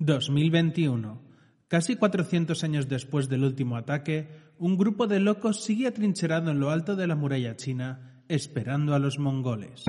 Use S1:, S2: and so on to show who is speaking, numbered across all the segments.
S1: 2021. Casi 400 años después del último ataque, un grupo de locos sigue atrincherado en lo alto de la muralla china, esperando a los mongoles.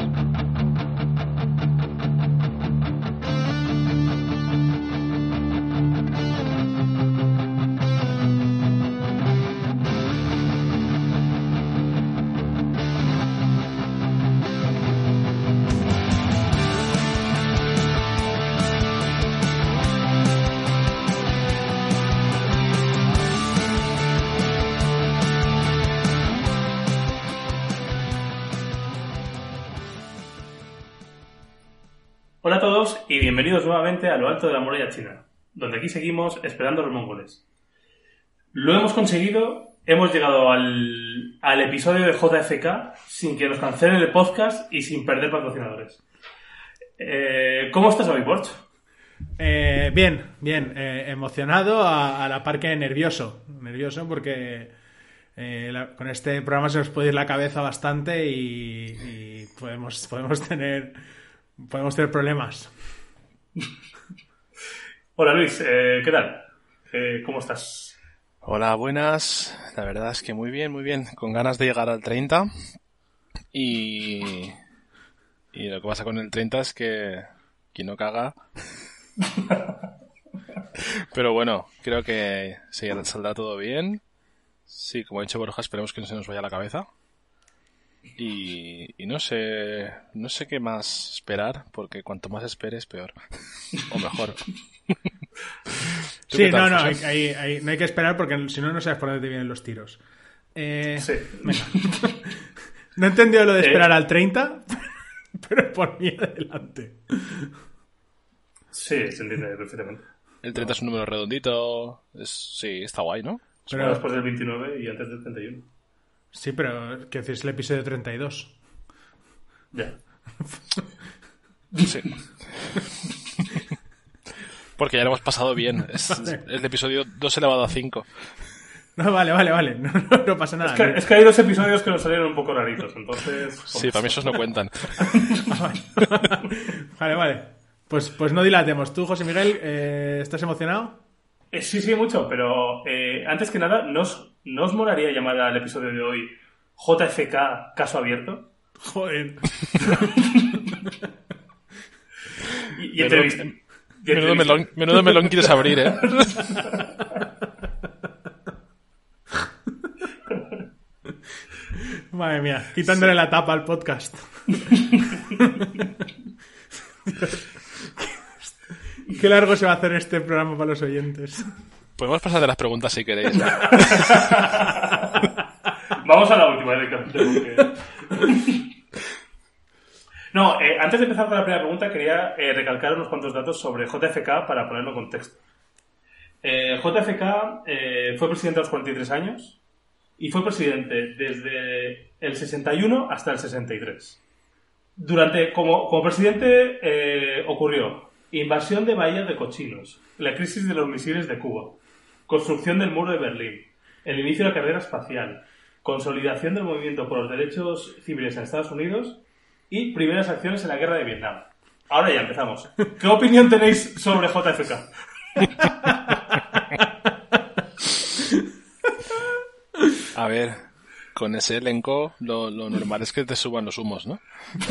S2: Hola a todos y bienvenidos nuevamente a lo alto de la muralla china, donde aquí seguimos esperando a los mongoles. Lo hemos conseguido, hemos llegado al episodio de JFK sin que nos cancelen el podcast y sin perder patrocinadores. ¿Cómo estás hoy, Borch?
S1: Bien, emocionado a la par que nervioso porque con este programa se nos puede ir la cabeza bastante y podemos tener problemas.
S2: Hola Luis, ¿qué tal? ¿Cómo estás?
S3: Hola, buenas. La verdad es que muy bien. Con ganas de llegar al 30. Y lo que pasa con el 30 es que quien no caga. Pero bueno, creo que saldrá todo bien. Sí, como ha dicho Borja, esperemos que no se nos vaya la cabeza. Y no sé qué más esperar, porque cuanto más esperes, peor. O mejor.
S1: Sí, no hay que esperar porque si no sabes por dónde te vienen los tiros.
S2: Sí.
S1: Venga. No he entendido lo de esperar al 30, pero por mí adelante.
S2: Sí, se entiende perfectamente.
S3: El 30 es un número redondito. Sí, está guay, ¿no?
S2: Pero después del 29 y antes del 31.
S1: Sí, pero ¿qué decís? El episodio 32.
S2: Ya.
S3: Sí. Porque ya lo hemos pasado bien. Es el episodio 2 elevado a 5.
S1: No, vale. No pasa nada.
S2: Es que hay dos episodios que nos salieron un poco raritos, entonces...
S3: Sí, para mí esos no cuentan.
S1: Vale. Pues no dilatemos. Tú, José Miguel, ¿estás emocionado?
S2: Sí, mucho, pero antes que nada, ¿no os molaría llamar al episodio de hoy JFK Caso Abierto?
S1: Joder.
S2: y entrevista.
S3: Menudo melón quieres abrir, ¿eh?
S1: Madre mía, quitándole la tapa al podcast. Qué largo se va a hacer este programa para los oyentes.
S3: Podemos pasar de las preguntas si queréis.
S2: Vamos a la última No, antes de empezar con la primera pregunta quería recalcar unos cuantos datos sobre JFK para ponerlo en contexto. JFK fue presidente a los 43 años y fue presidente desde el 61 hasta el 63. Como presidente ocurrió invasión de Bahía de Cochinos, la crisis de los misiles de Cuba, construcción del muro de Berlín, el inicio de la carrera espacial, consolidación del movimiento por los derechos civiles en Estados Unidos y primeras acciones en la guerra de Vietnam. Ahora ya empezamos. ¿Qué opinión tenéis sobre JFK?
S3: A ver, con ese elenco lo normal es que te suban los humos, ¿no?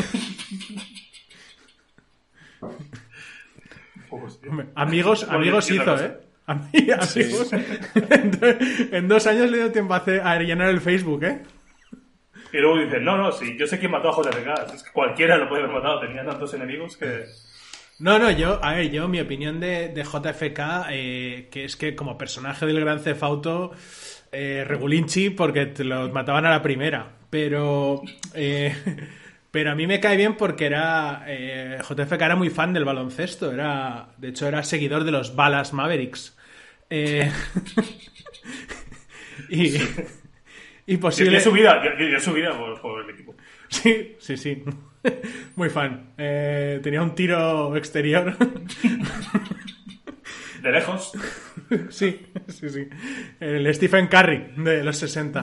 S1: Amigos hizo, ¿eh? Amigos. Sí. En 2 años le dio tiempo a llenar el Facebook, ¿eh?
S2: Y luego dicen, no, sí, yo sé quién mató a JFK. Es que cualquiera lo puede haber matado. Tenía tantos enemigos que...
S1: No, yo mi opinión de JFK, que es que como personaje del Gran Theft Auto, regulinchi, porque te los mataban a la primera. Pero a mí me cae bien porque JFK era muy fan del baloncesto. De hecho, era seguidor de los Dallas Mavericks. Y posible...
S2: Yo su vida por el equipo.
S1: Sí. Muy fan. Tenía un tiro exterior.
S2: De lejos.
S1: Sí. El Stephen Curry de los 60.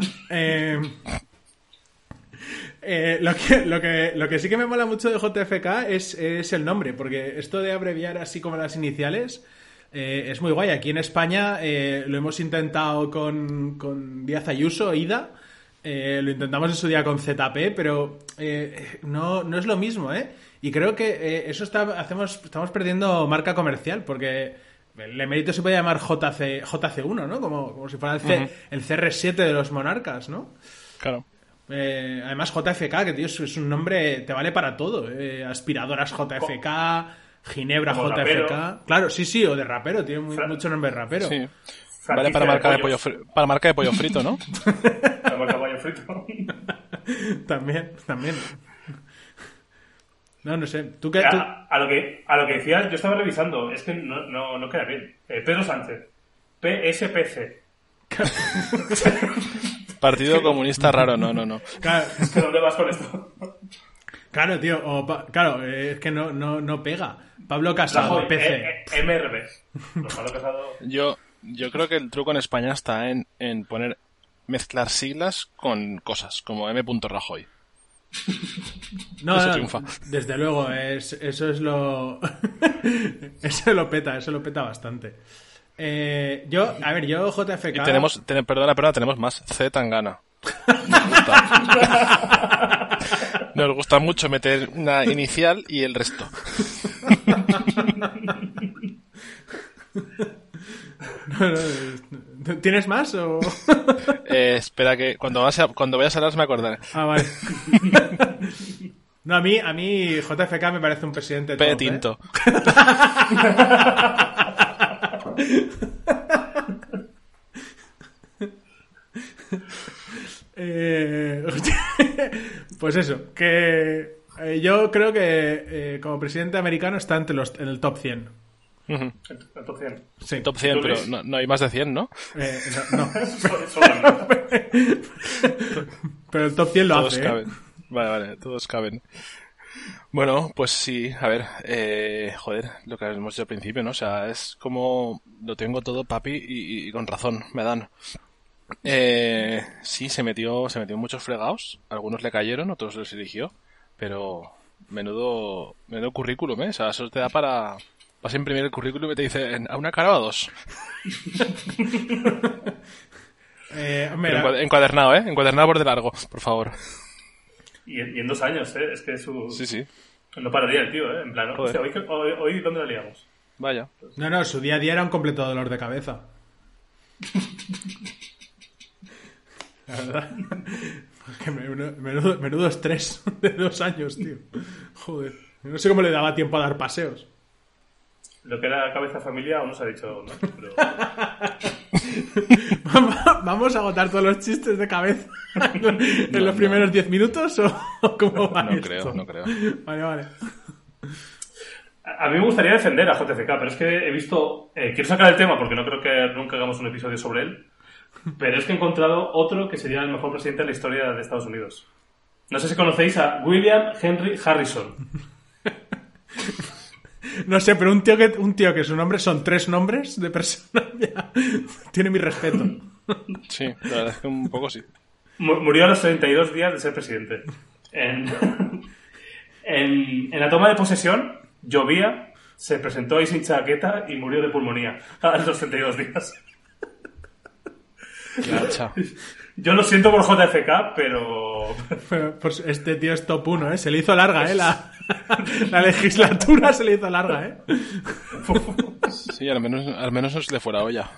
S1: Lo que sí que me mola mucho de JFK es el nombre, porque esto de abreviar así como las iniciales Es muy guay. Aquí en España lo hemos intentado con Díaz Ayuso, Ida. Lo intentamos en su día con ZP, pero no es lo mismo, ¿eh? Y creo que eso estamos perdiendo marca comercial, porque el emérito se puede llamar JC1, ¿no? Como si fuera el CR7 de los monarcas, ¿no?
S3: Claro.
S1: Además JFK, que tío, es un nombre, te vale para todo. Aspiradoras JFK, Ginebra
S2: como
S1: JFK.
S2: rapero.
S1: Claro, sí, o de rapero, tiene mucho nombre de rapero.
S3: Sí.
S2: Franquicia
S3: Vale para marca
S2: de
S3: de pollo
S2: pollos.
S3: para marca de pollo frito, ¿no?
S2: La marca pollo frito.
S1: También. No sé. ¿Tú qué?
S2: A lo que decías, yo estaba revisando, es que no queda bien. Pedro Sánchez, PSPC.
S3: Partido Comunista Raro, no.
S1: Claro,
S2: Es que ¿dónde vas con esto?
S1: claro, tío. Es que no pega. Pablo Casado,
S2: Rajoy,
S1: PC.
S2: MRB. Pablo Casado.
S3: Yo creo que el truco en España está en mezclar siglas con cosas, como M. Rajoy. Eso triunfa.
S1: Desde luego, eso es lo... eso lo peta bastante. Yo JFK...
S3: Y perdona, tenemos más. C. Tangana. Nos gusta mucho meter una inicial y el resto.
S1: ¿Tienes más o...?
S3: Espera que cuando vayas a hablar me acordaré.
S1: Ah, vale. No, a mí JFK me parece un presidente
S3: P.
S1: top,
S3: Tinto.
S1: Pues eso, que yo creo que como presidente americano está en el top 100.
S3: Ujú.
S2: El top 100.
S1: Sí.
S3: Top 100,
S2: ¿Tú
S3: pero
S2: crees?
S3: no hay más de 100, ¿no?
S1: No.
S2: Solo-
S1: Pero el top 100 lo
S3: Todos
S1: hace,
S3: caben. Vale, todos caben. Bueno, pues sí, a ver, joder, lo que hemos dicho al principio, ¿no? O sea, es como lo tengo todo papi y con razón, me dan. Sí, se metió en muchos fregados, algunos le cayeron, otros los eligió, pero menudo currículum, ¿eh? O sea, eso te da para... Vas a imprimir el currículum y te dicen, ¿a una cara o a dos? Pero encuadernado, ¿eh? Encuadernado por de largo, por favor.
S2: Y en 2 años, ¿eh? Es que
S3: Sí.
S2: no pararía el tío, ¿eh? En plan, ¿no?
S3: Joder.
S2: O sea, hoy ¿dónde la liamos?
S3: Vaya.
S1: No, su día a día era un completo dolor de cabeza. La verdad. Porque menudo estrés de 2 años, tío. Joder. No sé cómo le daba tiempo a dar paseos.
S2: Lo que era cabeza familia aún no se ha dicho, ¿no? Pero...
S1: ¿Vamos a agotar todos los chistes de cabeza en los primeros 10 minutos o cómo va esto?
S3: No creo.
S1: Vale.
S2: A mí me gustaría defender a JFK, pero es que he visto... quiero sacar el tema porque no creo que nunca hagamos un episodio sobre él, pero es que he encontrado otro que sería el mejor presidente de la historia de Estados Unidos. No sé si conocéis a William Henry Harrison.
S1: No sé, pero un tío que su nombre son 3 nombres de persona ya tiene mi respeto.
S3: Sí, la verdad es que un poco sí.
S2: Murió a los 32 días de ser presidente. En la toma de posesión llovía, se presentó ahí sin chaqueta y murió de pulmonía a los 32 días.
S3: Qué hacha.
S2: Yo lo siento por JFK, pero...
S1: Pues este tío es top 1, ¿eh? Se le hizo larga, ¿eh? La legislatura se le hizo larga, ¿eh?
S3: Sí, al menos no se le fuera olla.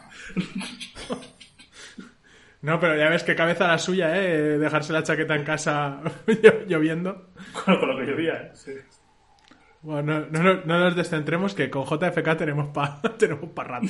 S1: No, pero ya ves qué cabeza la suya, ¿eh? Dejarse la chaqueta en casa lloviendo.
S2: Con lo que llovía, ¿eh? Sí.
S1: Bueno, no nos descentremos que con JFK tenemos pa rato.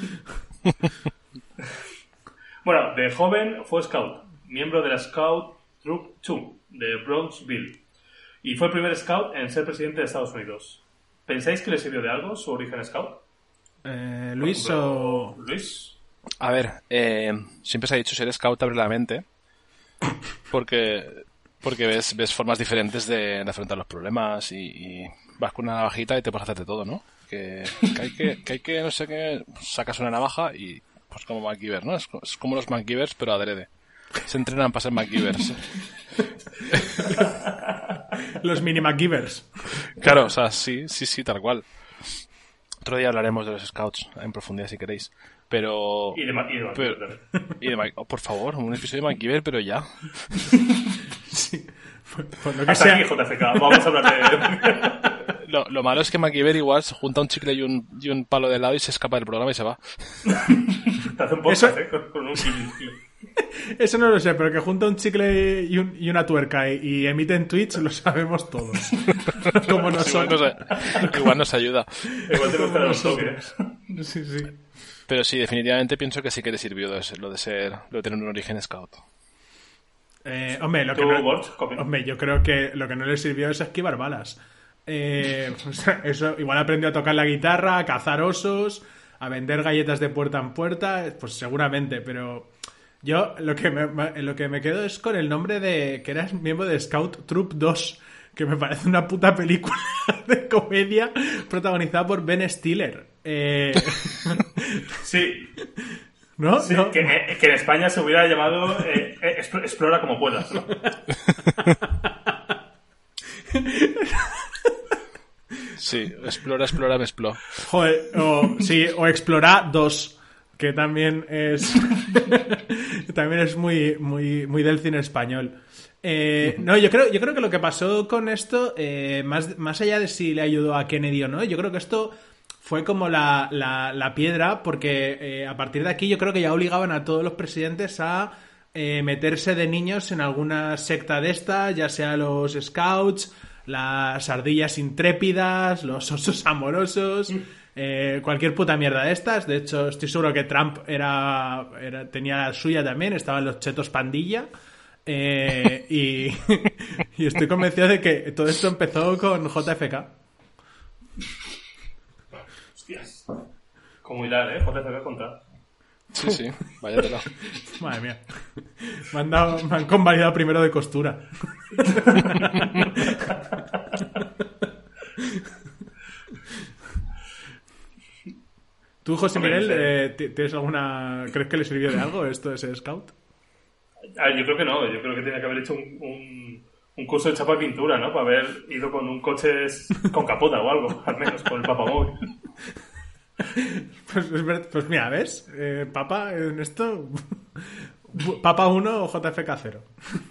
S2: Bueno, de joven fue scout, miembro de la Scout Troop 2 de Bronxville, y fue el primer scout en ser presidente de Estados Unidos. ¿Pensáis que le sirvió de algo su origen scout?
S1: Luis
S2: Por ejemplo,
S1: o...
S2: Luis.
S3: A ver, siempre se ha dicho ser scout abre la mente porque ves formas diferentes de afrontar los problemas y vas con una navajita y te puedes hacerte todo, ¿no? Que hay que no sé qué, sacas una navaja y pues como MacGyver, ¿no? Es como los MacGyvers pero adrede. Se entrenan para ser MacGyvers.
S1: Los mini MacGyvers.
S3: Claro, o sea, sí, tal cual. Otro día hablaremos de los scouts en profundidad si queréis. Pero...
S2: Y de MacGyver.
S3: Oh, por favor, un episodio de MacGyver, pero ya.
S1: Sí. Pues lo que
S2: Hasta
S1: sea.
S2: aquí, JFK. Vamos a hablar de...
S3: Lo malo es que MacGyver igual se junta un chicle y un palo de helado y se escapa del programa y se va.
S2: Te hace un podcast, con un chicle.
S1: Eso no lo sé, pero que junta un chicle y una tuerca y emiten tweets lo sabemos todos. Como nosotros.
S3: Igual nos ayuda.
S2: Igual te gusta los
S1: nosotros.
S2: toques.
S1: Sí, sí.
S3: Pero sí, definitivamente pienso que sí que le sirvió lo de tener un origen scout.
S1: Hombre,
S2: ¿Tú,
S1: hombre, yo creo que lo que no le sirvió es esquivar balas. Eso, igual aprendió a tocar la guitarra, a cazar osos, a vender galletas de puerta en puerta, pues seguramente, pero yo lo que me quedo es con el nombre de que eras miembro de Scout Troop 2, que me parece una puta película de comedia protagonizada por Ben Stiller.
S2: Sí.
S1: ¿No?
S2: Sí,
S1: ¿No?
S2: que en España se hubiera llamado Explora como puedas, ¿no?
S3: Sí, explora, me explora.
S1: Joder, o Explora 2, que también es también es muy, muy, muy del cine español. No, yo creo que lo que pasó con esto, más allá de si le ayudó a Kennedy o no, yo creo que esto fue como la piedra, porque a partir de aquí yo creo que ya obligaban a todos los presidentes a meterse de niños en alguna secta de estas, ya sea los Scouts, las ardillas intrépidas, los osos amorosos, cualquier puta mierda de estas. De hecho, estoy seguro que Trump tenía la suya también, estaban los chetos pandilla. Y estoy convencido de que todo esto empezó con JFK.
S2: Hostias. Como hilar, JFK contra.
S3: Sí, vaya tela.
S1: Madre mía. Me han convalidado primero de costura. ¿Tú, José Miguel, tienes alguna... ¿Crees que le sirvió de algo esto de ser scout?
S2: Yo creo que no. Yo creo que tenía que haber hecho un curso de chapa y pintura, ¿no? Para haber ido con un coche con capota o algo, al menos, con el papamóvil.
S1: Pues mira, ¿ves? Papa, en esto... Papa 1 o JFK 0.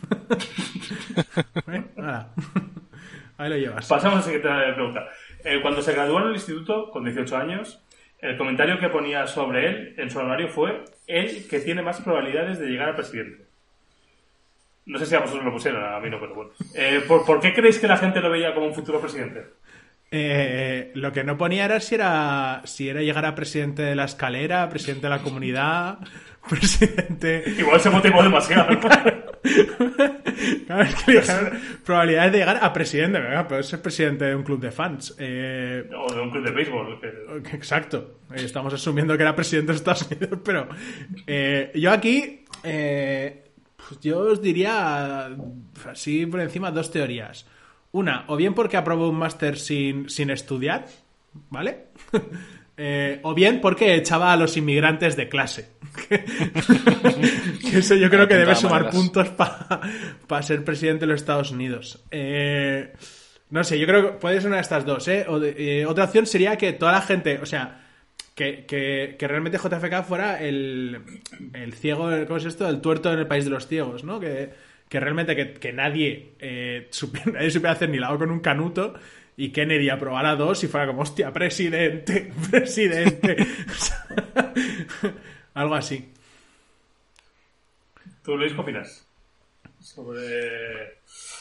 S1: Nada. Ahí lo llevas.
S2: Pasamos a la siguiente pregunta. Cuando se graduó en el instituto, con 18 años, el comentario que ponía sobre él en su anuario fue el que tiene más probabilidades de llegar a presidente. No sé si a vosotros lo pusieron, a mí no, pero bueno. ¿Por qué creéis que la gente lo veía como un futuro presidente?
S1: Lo que no ponía era si era llegar a presidente de la escalera, presidente de la comunidad, presidente...
S2: Igual se motivó demasiado.
S1: Claro, es que dijeron probabilidades de llegar a presidente, ¿verdad? Pero es presidente de un club de fans.
S2: O de un club de béisbol.
S1: Exacto. Estamos asumiendo que era presidente de Estados Unidos, pero yo aquí... pues yo os diría así por encima dos teorías. Una, o bien porque aprobó un máster sin estudiar, ¿vale? O bien porque echaba a los inmigrantes de clase. Que eso yo creo que debe sumar puntos para ser presidente de los Estados Unidos. No sé, yo creo que puede ser una de estas dos, ¿eh? Otra opción sería que toda la gente, o sea, que realmente JFK fuera el ciego, ¿cómo es esto? El tuerto en el país de los ciegos, ¿no? Que realmente que nadie supiera hacer ni lado con un canuto y Kennedy aprobara dos y fuera como, hostia, presidente. Algo así.
S2: ¿Tú, Luis, qué opinas? Sobre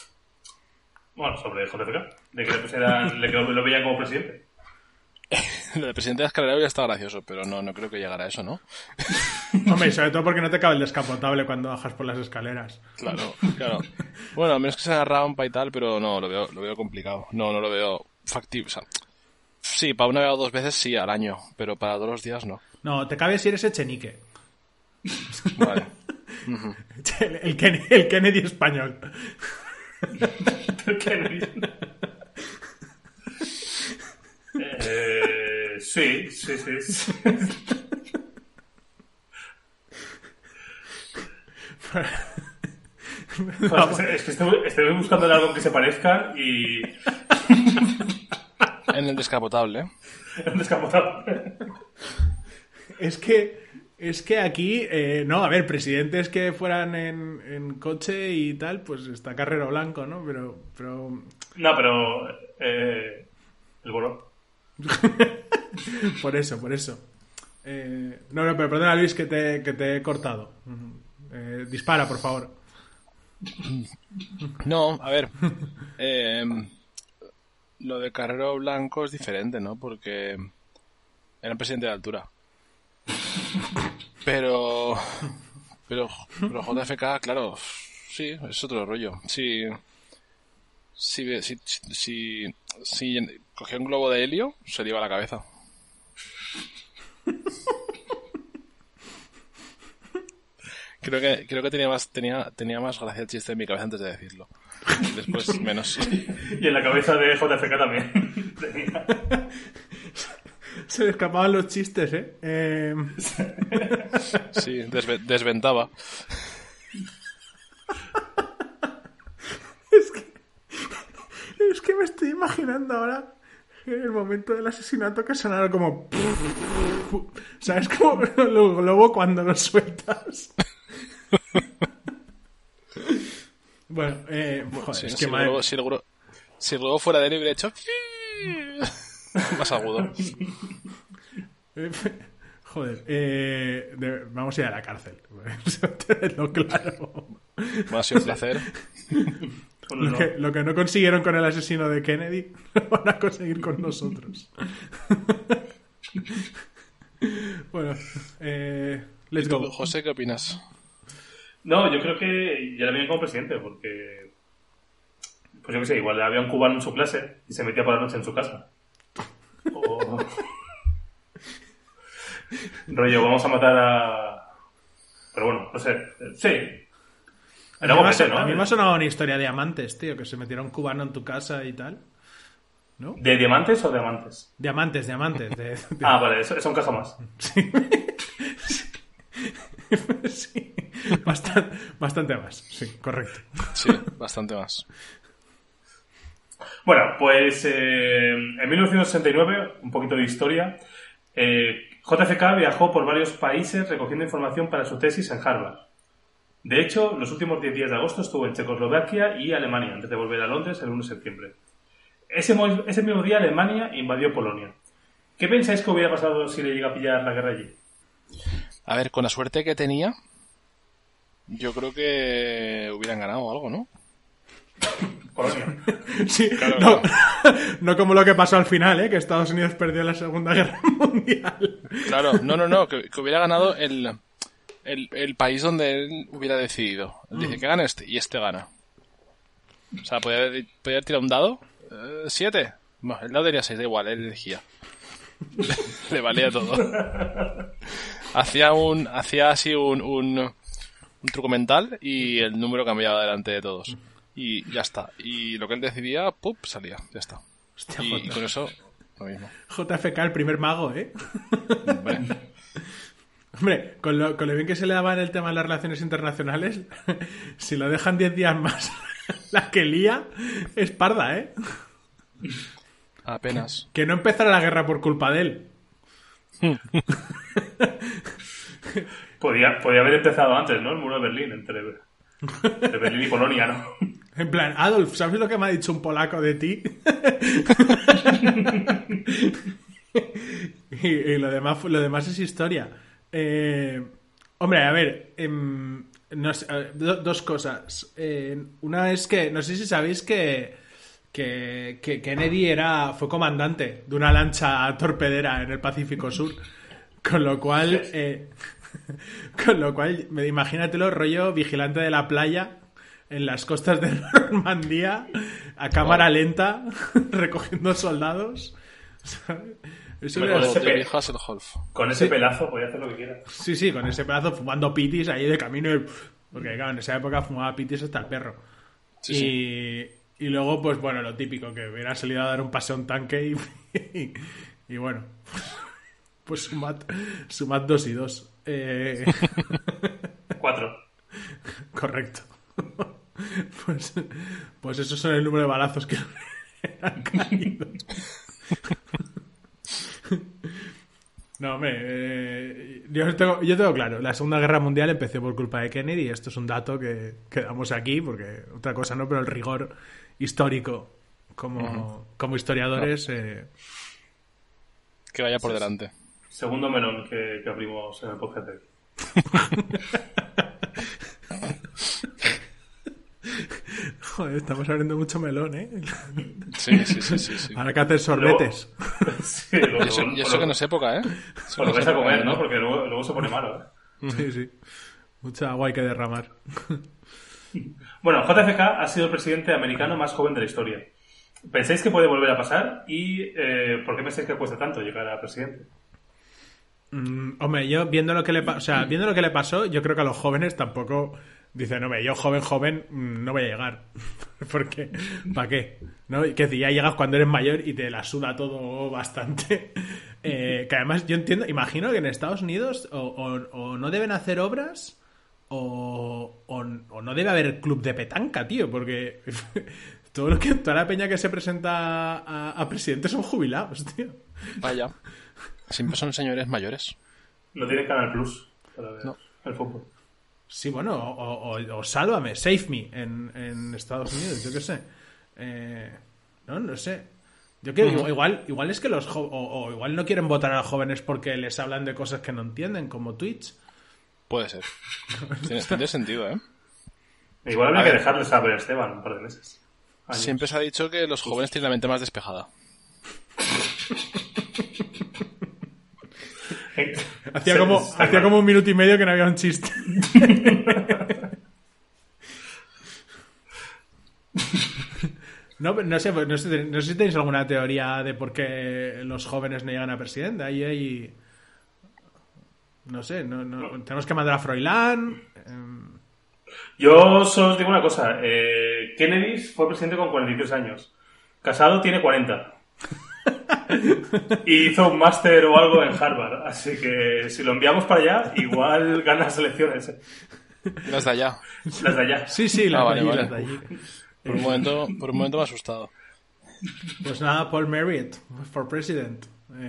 S2: JFK. De que lo veían como presidente.
S3: Lo de presidente de escalera ya está gracioso, pero no creo que llegara a eso, ¿no?
S1: Hombre, sobre todo porque no te cabe el descapotable cuando bajas por las escaleras.
S3: Claro. Bueno, a menos que sea rampa y tal, pero no, lo veo complicado. No lo veo factible. O sea, sí, para una vez o dos veces sí, al año, pero para todos los días no.
S1: No, te cabe si eres Echenique.
S3: Vale.
S1: El Kennedy español.
S2: El Kennedy. Sí. Pues es que estoy buscando algo que se parezca y...
S3: En el descapotable.
S2: Un descapotable.
S1: Es que aquí, no, a ver, presidentes que fueran en coche y tal, pues está Carrero Blanco, ¿no? Pero...
S2: No, pero... el Boró.
S1: Por eso. No, pero perdona, Luis, que te he cortado. Dispara, por favor.
S3: No, a ver. Lo de Carrero Blanco es diferente, ¿no? Porque era un presidente de altura. Pero JFK, claro, sí, es otro rollo. Si cogía un globo de helio, se le iba a la cabeza. Creo que tenía más gracia el chiste en mi cabeza antes de decirlo. Después menos.
S2: Y en la cabeza de JFK también.
S1: Se le escapaban los chistes, ¿eh?
S3: Sí, desventaba.
S1: Es que me estoy imaginando ahora en el momento del asesinato que sonara como... ¿Sabes? Como el globo cuando lo sueltas. Bueno, joder,
S3: Sí,
S1: es
S3: si
S1: que
S3: el globo fuera de libre hecho más agudo.
S1: Joder, vamos a ir a la cárcel. Tenedlo claro.
S3: Me ha sido un placer.
S1: Lo que no consiguieron con el asesino de Kennedy, lo van a conseguir con nosotros. Bueno, let's go.
S3: José, ¿qué opinas?
S2: No, yo creo que ya le viene como presidente, porque... Pues yo qué sé, igual había un cubano en su clase y se metía por la noche en su casa. O... rollo, vamos a matar a... Pero bueno, no sé. Sí. Era algo ¿no?
S1: A mí me ha sonado una historia de amantes, tío, que se metiera un cubano en tu casa y tal. ¿No?
S2: ¿De diamantes o de amantes?
S1: Diamantes.
S2: Ah, vale, eso encaja más.
S1: Sí. Sí. Bastante más. Sí, correcto.
S3: Sí, bastante más.
S2: Bueno, pues en 1969, un poquito de historia, JFK viajó por varios países recogiendo información para su tesis en Harvard. De hecho, los últimos 10 días de agosto estuvo en Checoslovaquia y Alemania, antes de volver a Londres el 1 de septiembre. Ese mismo día Alemania invadió Polonia. ¿Qué pensáis que hubiera pasado si le llega a pillar la guerra allí?
S3: A ver, con la suerte que tenía, yo creo que hubieran ganado algo, ¿no?
S2: Polonia.
S1: Sí,
S3: Claro,
S1: no,
S3: claro.
S1: No como lo que pasó al final, que Estados Unidos perdió la Segunda Guerra Mundial.
S3: Claro, no, que hubiera ganado el país donde él hubiera decidido. Él dice que gana este y este gana. O sea, podía haber tirado un dado. 7. Bueno, el dado tenía 6, da igual, él elegía. Le valía todo. Hacía así un truco mental y el número cambiaba delante de todos. Y ya está. Y lo que él decidía, ¡pup! Salía. Ya está.
S1: Hostia,
S3: Y con eso, lo mismo.
S1: JFK, el primer mago, ¿eh?
S3: Hombre,
S1: Hombre, con lo bien que se le daba en el tema de las relaciones internacionales, si lo dejan 10 días más, la que lía es parda, ¿eh?
S3: apenas.
S1: Que no empezara la guerra por culpa de él.
S2: Podía haber empezado antes, ¿no? El muro de Berlín, entre Berlín y Polonia, ¿no?
S1: En plan, Adolf, ¿sabes lo que me ha dicho un polaco de ti? y lo demás es historia. Hombre, a ver, no sé, dos cosas. Una es que, no sé si sabéis que Kennedy fue comandante de una lancha torpedera en el Pacífico Sur. Con lo cual, imagínatelo, rollo vigilante de la playa en las costas de Normandía, a cámara lenta, recogiendo soldados. ¿Sabes? Eso
S2: Bueno,
S1: era...
S2: ese
S3: Hasselhoff.
S2: Con ese pelazo podía hacer lo que quiera.
S1: Sí, con ese pedazo fumando pitis ahí de camino. Porque, claro, en esa época fumaba pitis hasta el perro.
S3: Sí.
S1: Y luego, pues bueno, lo típico, que hubiera salido a dar un paseo a un tanque y bueno, pues sumad 2 y 2.
S2: 4.
S1: Correcto. Pues esos son el número de balazos que han caído. No, hombre, yo tengo claro, la Segunda Guerra Mundial empezó por culpa de Kennedy, y esto es un dato que damos aquí, porque otra cosa no, pero el rigor histórico como historiadores...
S3: Que vaya por delante.
S2: Segundo melón que abrimos en el podcast de hoy.
S1: Joder, estamos abriendo mucho melón, ¿eh?
S3: Sí.
S1: Ahora que hacer sorbetes.
S2: Sí,
S3: Y eso que no es época, ¿eh?
S2: Pues lo vais a comer, ¿no? Porque luego se pone malo, ¿eh?
S1: Sí. Mucha agua hay que derramar.
S2: Bueno, JFK ha sido el presidente americano más joven de la historia. ¿Pensáis que puede volver a pasar? ¿Y por qué pensáis que cuesta tanto llegar a presidente?
S1: Hombre, yo viendo lo que le pasó, yo creo que a los jóvenes tampoco dicen, hombre, yo joven no voy a llegar. Porque, ¿para qué? ¿No? Que si ya llegas cuando eres mayor y te la suda todo bastante. Que además yo imagino que en Estados Unidos o no deben hacer obras o no debe haber club de petanca, tío, porque toda la peña que se presenta a presidente son jubilados, tío.
S3: Vaya. Siempre son señores mayores.
S2: No tienen Canal Plus para ver el fútbol.
S1: Sí, bueno, o Sálvame, Save Me en Estados Unidos, yo qué sé. No sé. Yo creo igual es que o igual no quieren votar a los jóvenes porque les hablan de cosas que no entienden, como Twitch.
S3: Puede ser. Tiene sentido, ¿eh?
S2: Igual habría que dejarles a ver Esteban un par de meses.
S3: Siempre se ha dicho que los jóvenes tienen la mente más despejada.
S1: Hacía como 1 minuto y medio que no había un chiste. No sé si tenéis alguna teoría de por qué los jóvenes no llegan a presidente. Ahí no sé, tenemos que mandar a Froilán.
S2: Yo solo os digo una cosa. Kennedy fue presidente con 43 años. Casado tiene 40. Y hizo un máster o algo en Harvard. Así que si lo enviamos para allá, igual gana las elecciones.
S3: Las de allá.
S2: Las de allá.
S1: Sí, las
S3: vale.
S1: de allí.
S3: Por un momento me ha asustado.
S1: Pues nada, Paul Merritt for president.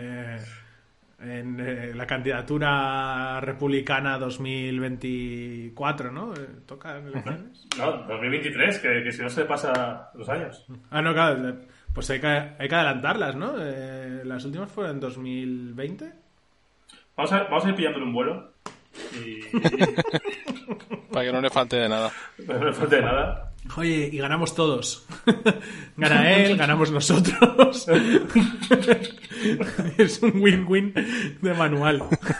S1: En la candidatura republicana 2024, ¿no? ¿Toca elecciones?
S2: No, 2023, que si no se pasa los años.
S1: No, claro, pues hay que adelantarlas, ¿no? Las últimas fueron en 2020.
S2: Vamos a ir pillándole un vuelo.
S3: Para que no le falte de nada.
S2: Para que no le falte de nada.
S1: Oye, y ganamos todos. Gana él, ganamos nosotros. Es un win-win de manual.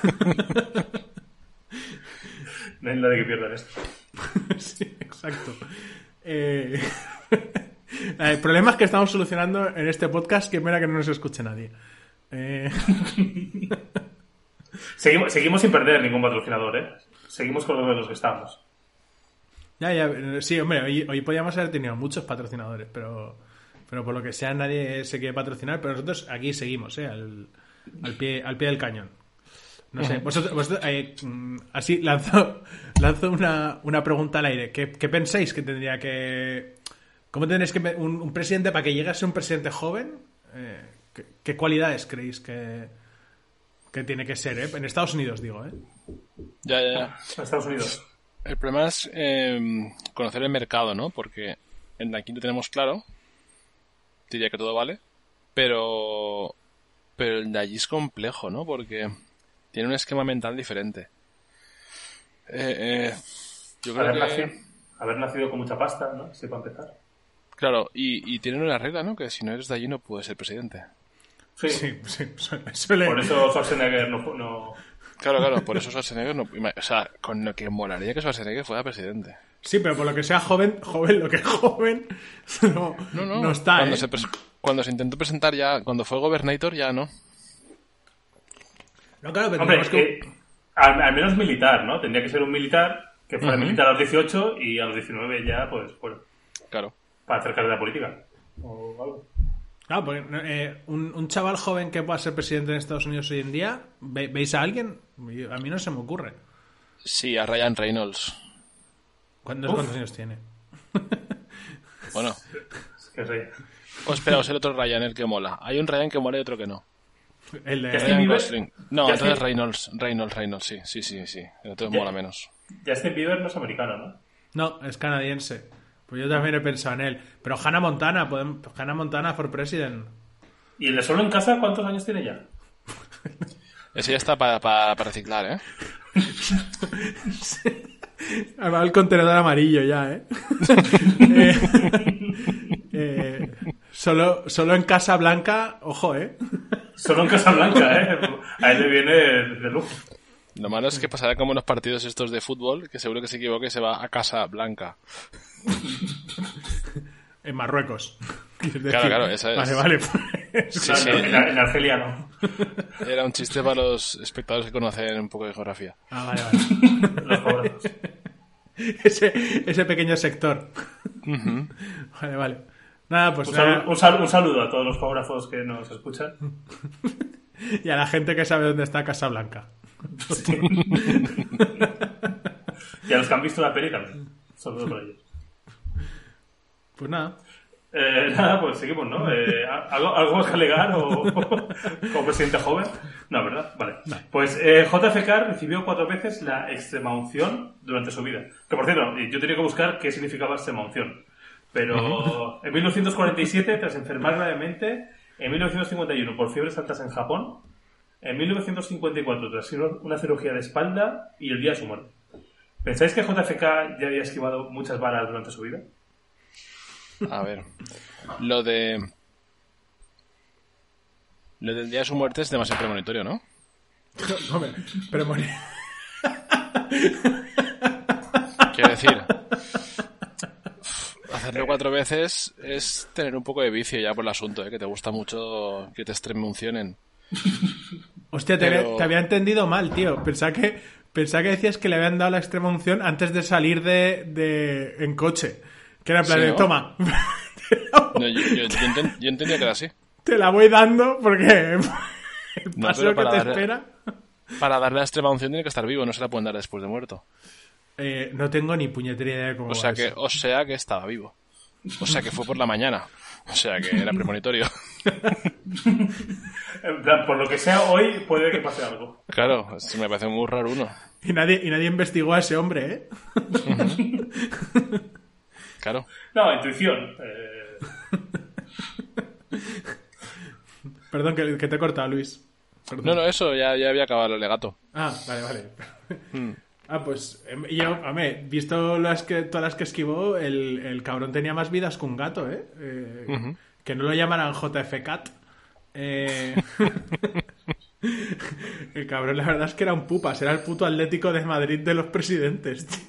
S2: No hay nadie que pierda esto.
S1: Sí, exacto. El problema es que estamos solucionando en este podcast que pena que no nos escuche nadie.
S2: Seguimos sin perder ningún patrocinador, ¿eh? Seguimos con los que estamos.
S1: Ya, sí, hombre, hoy podíamos haber tenido muchos patrocinadores, pero por lo que sea nadie se quiere patrocinar, pero nosotros aquí seguimos, al pie del cañón. No sé, vosotros así lanzo una pregunta al aire. ¿Qué pensáis que tendría que... ¿Cómo tendréis que... un presidente, para que llegue a ser un presidente joven, ¿qué cualidades creéis que tiene que ser, en Estados Unidos, digo,
S3: Ya.
S2: En Estados Unidos.
S3: El problema es conocer el mercado, ¿no? Porque aquí lo tenemos claro. Diría que todo vale. Pero el de allí es complejo, ¿no? Porque tiene un esquema mental diferente. Yo creo
S2: haber nacido con mucha pasta, ¿no? Sí, para empezar.
S3: Claro, y tienen una regla, ¿no? Que si no eres de allí no puedes ser presidente.
S2: Sí.
S1: Suele...
S2: Por eso Schwarzenegger no...
S3: Claro, por eso Schwarzenegger no... O sea, con lo que molaría que Schwarzenegger fuera presidente.
S1: Sí, pero por lo que sea joven, lo que es joven no está,
S3: Cuando se intentó presentar ya, cuando fue Gobernator ya no.
S1: No, claro, pero
S2: hombre, al menos militar, ¿no? Tendría que ser un militar que fuera militar a los 18 y a los 19 ya, pues, bueno.
S3: Claro.
S2: Para acercarse a la política. O algo.
S1: Claro, porque un chaval joven que pueda ser presidente en Estados Unidos hoy en día, ¿veis a alguien? A mí no se me ocurre.
S3: Sí, a Ryan Reynolds.
S1: ¿Cuántos años tiene?
S3: Bueno.
S2: Es que
S3: O esperaos, el otro Ryan, el que mola. Hay un Ryan que mola y otro que no.
S1: El de...
S3: Ryan Gosling. No, entonces Reynolds, sí. El otro mola menos.
S2: Justin Bieber no es americano, ¿no?
S1: No, es canadiense. Pues yo también he pensado en él. Pero Hannah Montana for president.
S2: ¿Y el de Solo en Casa cuántos años tiene ya?
S3: Ese ya está para reciclar, ¿eh?
S1: Va el contenedor amarillo ya, ¿eh? Solo en Casa Blanca, ojo, ¿eh?
S2: Solo en Casa Blanca, ¿eh? A él le viene de lujo.
S3: Lo malo es que pasará como en los partidos estos de fútbol, que seguro que se equivoque y se va a Casa Blanca.
S1: En Marruecos.
S3: Claro, esa es.
S1: Vale.
S3: Sí.
S2: En Argelia no.
S3: Era un chiste para los espectadores que conocen un poco de geografía.
S1: Vale.
S2: Los fotógrafos.
S1: Ese pequeño sector.
S3: Uh-huh.
S1: Vale. Nada, pues
S2: un saludo a todos los fotógrafos que nos escuchan.
S1: Y a la gente que sabe dónde está Casablanca.
S2: Sí. Y a los que han visto la peli también. Saludos para ellos.
S1: Pues nada.
S2: Nada, pues seguimos, ¿no? ¿Algo más que alegar o como presidente joven? No, ¿verdad? Vale. No. Pues JFK recibió 4 veces la extremaunción durante su vida. Que, por cierto, yo tenía que buscar qué significaba extremaunción. Pero en 1947, tras enfermar gravemente, en 1951 por fiebres altas en Japón, en 1954 tras una cirugía de espalda y el día de su muerte. ¿Pensáis que JFK ya había esquivado muchas balas durante su vida?
S3: A ver, lo del día de su muerte es demasiado premonitorio, ¿no?
S1: Hombre, premonitorio.
S3: Quiero decir, hacerlo 4 veces es tener un poco de vicio ya por el asunto, ¿eh? Que te gusta mucho que te extremuncionen.
S1: Hostia, te había entendido mal, tío. Pensaba que decías que le habían dado la extrema unción antes de salir en coche. Que era en plan
S3: ¿Sí,
S1: de,
S3: no?
S1: toma.
S3: No, yo entendía que era así.
S1: Te la voy dando porque el paso
S3: pero
S1: que te espera.
S3: Para darle la extrema unción tiene que estar vivo, no se la pueden dar después de muerto.
S1: No tengo ni puñetera idea de cómo
S3: O sea que estaba vivo. O sea que fue por la mañana. O sea que era premonitorio.
S2: En plan, por lo que sea, hoy puede que pase algo.
S3: Claro, me parece muy raro uno.
S1: Y nadie investigó a ese hombre, ¿eh?
S3: Uh-huh. Claro.
S2: No, intuición.
S1: Perdón, que te he cortado, Luis. Perdón.
S3: No, eso ya había acabado el alegato.
S1: Ah, vale. Pues yo, visto todas las que esquivó, el cabrón tenía más vidas que un gato, ¿eh?
S3: Uh-huh.
S1: Que no lo llamaran JFCat. El cabrón, la verdad es que era un pupas, era el puto Atlético de Madrid de los presidentes, tío.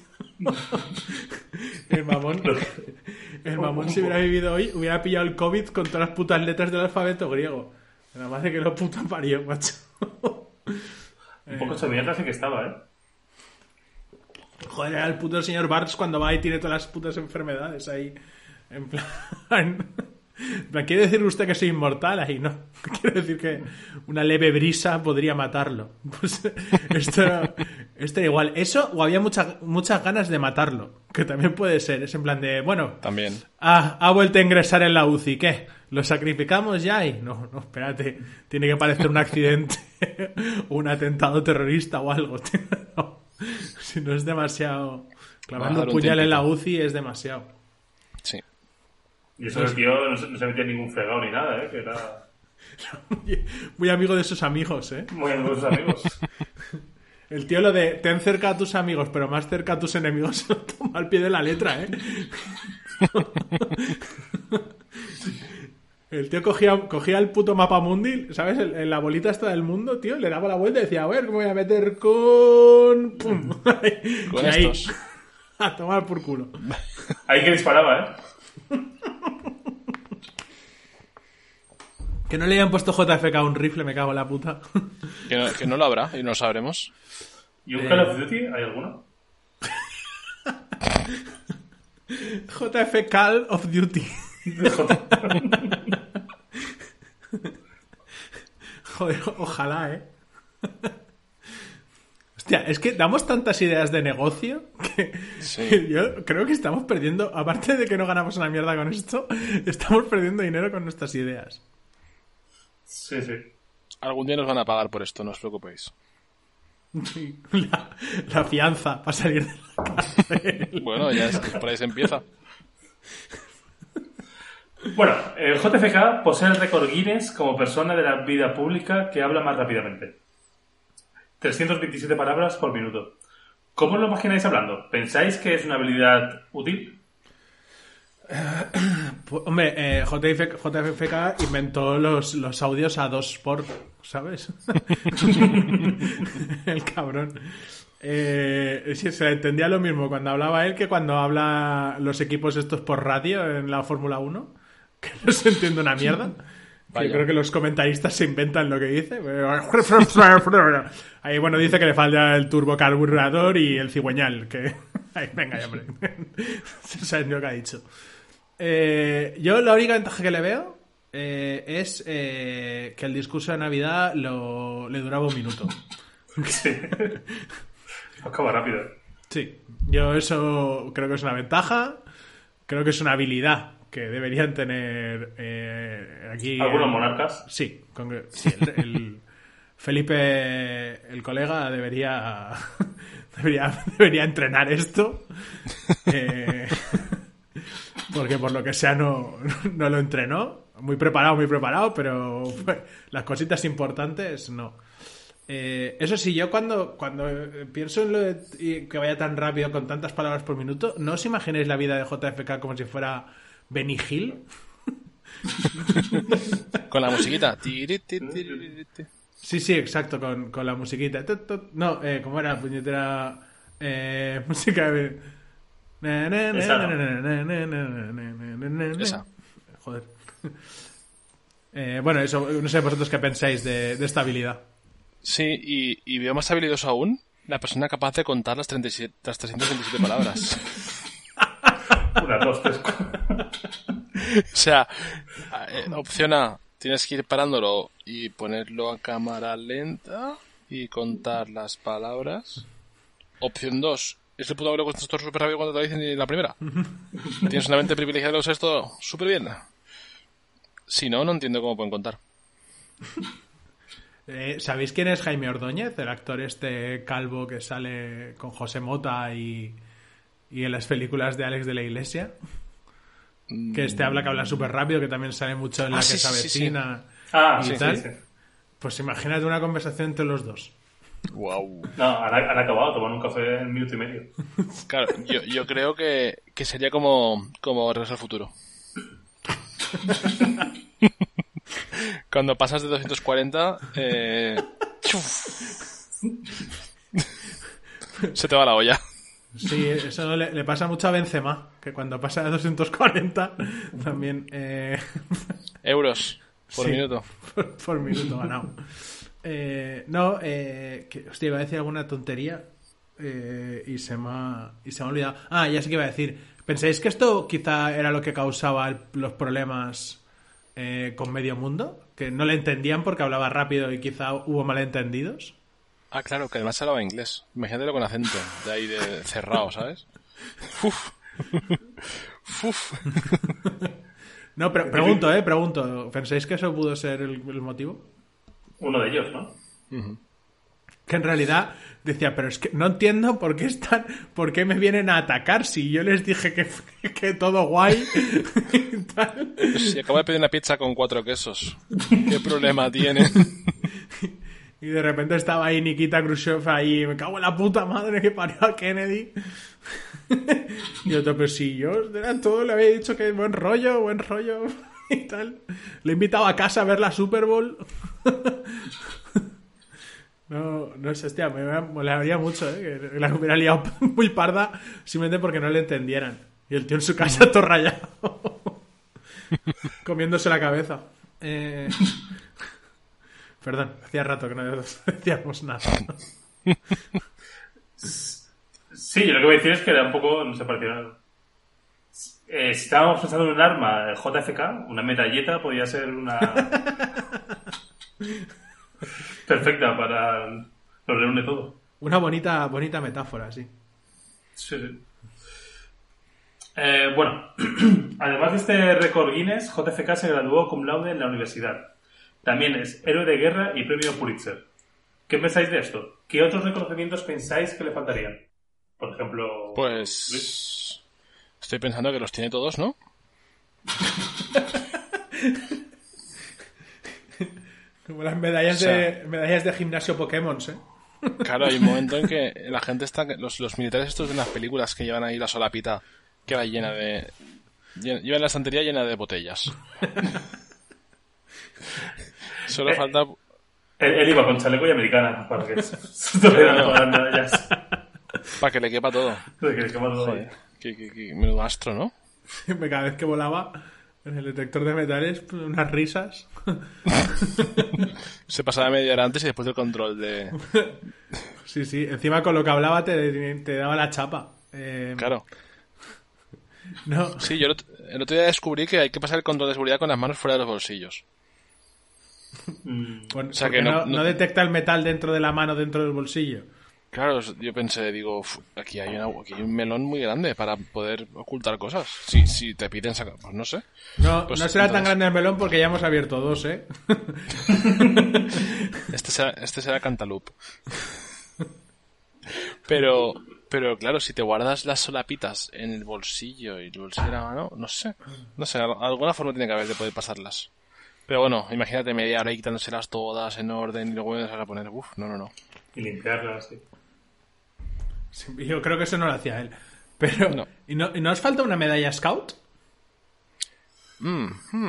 S1: El mamón, si hubiera vivido hoy, hubiera pillado el COVID con todas las putas letras del alfabeto griego. Nada más de que lo puto parió, macho.
S2: Un poco hecho mierda sí que estaba, ¿eh?
S1: Joder, era el puto señor Barnes cuando va y tiene todas las putas enfermedades ahí. En plan, ¿quiere decir usted que soy inmortal? Ahí no. Quiere decir que una leve brisa podría matarlo. Pues esto era igual. Eso, o había muchas ganas de matarlo. Que también puede ser. Es en plan de, bueno,
S3: también.
S1: Ha vuelto a ingresar en la UCI. ¿Qué? ¿Lo sacrificamos ya? Y no, espérate. Tiene que parecer un accidente. Un atentado terrorista o algo. No. Si no es demasiado. Clavando un puñal en la UCI es demasiado.
S3: Sí.
S2: Y eso el tío no se metía en ningún fregado ni nada, ¿eh? Que era...
S1: Muy amigo de sus amigos, ¿eh?
S2: Muy amigo de sus amigos.
S1: El tío lo de ten cerca a tus amigos, pero más cerca a tus enemigos, lo toma al pie de la letra, ¿eh? El tío cogía el puto mapa mundi, ¿sabes? En la bolita esta del mundo, tío, le daba la vuelta y decía, a ver, ¿cómo voy a meter con...? ¡Pum!
S3: Con
S1: estos. Ahí, a tomar por culo.
S2: Ahí que disparaba, ¿eh?
S1: Que no le hayan puesto JFK a un rifle, me cago en la puta.
S3: Que no lo habrá y no lo sabremos.
S2: ¿Y un Call of Duty? ¿Hay alguno?
S1: JF Call of Duty. Joder, ojalá, ¿eh? Hostia, es que damos tantas ideas de negocio que yo creo que estamos perdiendo, aparte de que no ganamos una mierda con esto, estamos perdiendo dinero con nuestras ideas.
S2: Sí, sí.
S3: Algún día nos van a pagar por esto, no os preocupéis.
S1: Sí, la fianza para salir de la cárcel.
S3: Bueno, ya por ahí se empieza.
S2: Bueno, el JFK posee el récord Guinness como persona de la vida pública que habla más rápidamente. 327 palabras por minuto. ¿Cómo lo imagináis hablando? ¿Pensáis que es una habilidad útil?
S1: Pues, hombre, JFK inventó los audios a 2x, ¿sabes? El cabrón. Sí, se le entendía lo mismo cuando hablaba él que cuando habla los equipos estos por radio en la Fórmula 1, que no se entiende una mierda. Yo creo que los comentaristas se inventan lo que dice. Ahí, bueno, dice que le falta el turbocarburador y el cigüeñal. Que... Ay, venga, ya, hombre. ¿Sabes lo que ha dicho? Yo la única ventaja que le veo es que el discurso de Navidad le duraba 1 minuto.
S2: Sí. Acaba rápido.
S1: Sí, yo eso creo que es una ventaja. Creo que es una habilidad que deberían tener aquí...
S2: ¿Algunos monarcas?
S1: Sí, el Felipe, el colega, debería entrenar esto. Porque por lo que sea no lo entrenó. Muy preparado, pero las cositas importantes no. Eso sí, yo cuando pienso en lo de que vaya tan rápido con tantas palabras por minuto, ¿no os imagináis la vida de JFK como si fuera Benny Hill?
S3: Con la musiquita.
S1: Sí, exacto, con la musiquita. No, ¿cómo era? Puñetera música de...
S3: Esa.
S1: Joder. Bueno, eso, no sé vosotros qué pensáis de esta habilidad.
S3: Sí, y veo más habilidoso aún la persona capaz de contar las 327 palabras.
S2: 1, 2, 3.
S3: O sea, opción A, tienes que ir parándolo y ponerlo a cámara lenta y contar las palabras. Opción 2, es el puto que lo cuentas todo súper rápido cuando te lo dicen en la primera. Tienes una mente privilegiada y lo usas todo súper bien. Si no, no entiendo cómo pueden contar.
S1: ¿Sabéis quién es Jaime Ordóñez? El actor este calvo que sale con José Mota y en las películas de Alex de la Iglesia. Que que habla súper rápido, que también sale mucho en La que se avecina y tal. Sí. Pues imagínate una conversación entre los dos.
S3: Wow.
S2: No, han acabado, toman un café en 1 minuto y medio.
S3: Claro, yo creo que sería como Regreso al Futuro. Cuando pasas de 240, se te va la olla.
S1: Sí, eso le pasa mucho a Benzema, que cuando pasa de 240 también...
S3: Euros por minuto.
S1: Por minuto ganado. Hostia, iba a decir alguna tontería y se me ha olvidado. Ah, ya sé que iba a decir. ¿Pensáis que esto quizá era lo que causaba los problemas con Medio Mundo? Que no le entendían porque hablaba rápido y quizá hubo malentendidos.
S3: Ah, claro, que además hablaba inglés. Imagínatelo con acento, de ahí de cerrado, ¿sabes? Uf. Uf.
S1: No, pero pregunto. ¿Pensáis que eso pudo ser el motivo?
S2: Uno de ellos, ¿no?
S3: Uh-huh.
S1: Que en realidad decía, pero es que no entiendo por qué me vienen a atacar si yo les dije que todo guay y tal.
S3: Si acabo de pedir una pizza con 4 quesos, ¿qué problema tiene?
S1: Y de repente estaba ahí Nikita Khrushchev ahí, me cago en la puta madre que parió a Kennedy. Y otro, pero si yo era todo le había dicho que buen rollo y tal. Le he invitado a casa a ver la Super Bowl. No sé, hostia, me molaría mucho, que la hubiera liado muy parda simplemente porque no le entendieran. Y el tío en su casa todo rayado. Comiéndose la cabeza. Perdón, hacía rato que no decíamos nada.
S2: Sí, yo lo que voy a decir es que era un poco, no sé, parecía nada. Si estábamos pensando en un arma JFK, una metralleta podría ser una... perfecta para... lo reúne todo.
S1: Una bonita metáfora, sí.
S2: Sí, sí. Bueno, además de este récord Guinness, JFK se graduó cum laude en la universidad. También es héroe de guerra y premio Pulitzer. ¿Qué pensáis de esto? ¿Qué otros reconocimientos pensáis que le faltarían? Por ejemplo...
S3: Pues...
S2: Luis.
S3: Estoy pensando que los tiene todos, ¿no?
S1: Como las medallas,
S3: O sea,
S1: medallas de gimnasio Pokémon, ¿eh?
S3: Claro, hay un momento en que la gente está... Los militares estos de las películas que llevan ahí la solapita que va llena de... Llevan la estantería llena de botellas. Solo falta...
S2: Él iba con chaleco y americana para que estuvieran todas las medallas.
S3: Para que le quepa todo.
S2: Joder.
S3: Qué menudo astro, ¿no?
S1: Cada vez que volaba en el detector de metales, pues, unas risas.
S3: Se pasaba media hora antes y después del control de...
S1: Sí, sí. Encima con lo que hablaba te daba la chapa.
S3: Claro.
S1: No.
S3: Sí, yo el otro día descubrí que hay que pasar el control de seguridad con las manos fuera de los bolsillos.
S1: Bueno,
S3: O sea
S1: porque
S3: que
S1: no detecta el metal dentro de la mano, dentro del bolsillo.
S3: Claro, yo pensé, digo, aquí hay un melón muy grande para poder ocultar cosas. Si te piden sacar, pues no sé.
S1: No,
S3: Pues
S1: no será tan
S3: entonces-
S1: grande el melón porque ya hemos abierto dos, ¿eh?
S3: Este será Cantaloupe. Pero claro, si te guardas las solapitas en el bolsillo y el bolsillo de la mano, no sé, alguna forma tiene que haber de poder pasarlas. Pero bueno, imagínate media hora ahí quitándoselas todas en orden y luego vuelves a poner, no.
S2: Y limpiarlas, sí.
S1: Sí, yo creo que eso no lo hacía él. Pero,
S3: No.
S1: ¿y no os falta una medalla Scout? ¿No?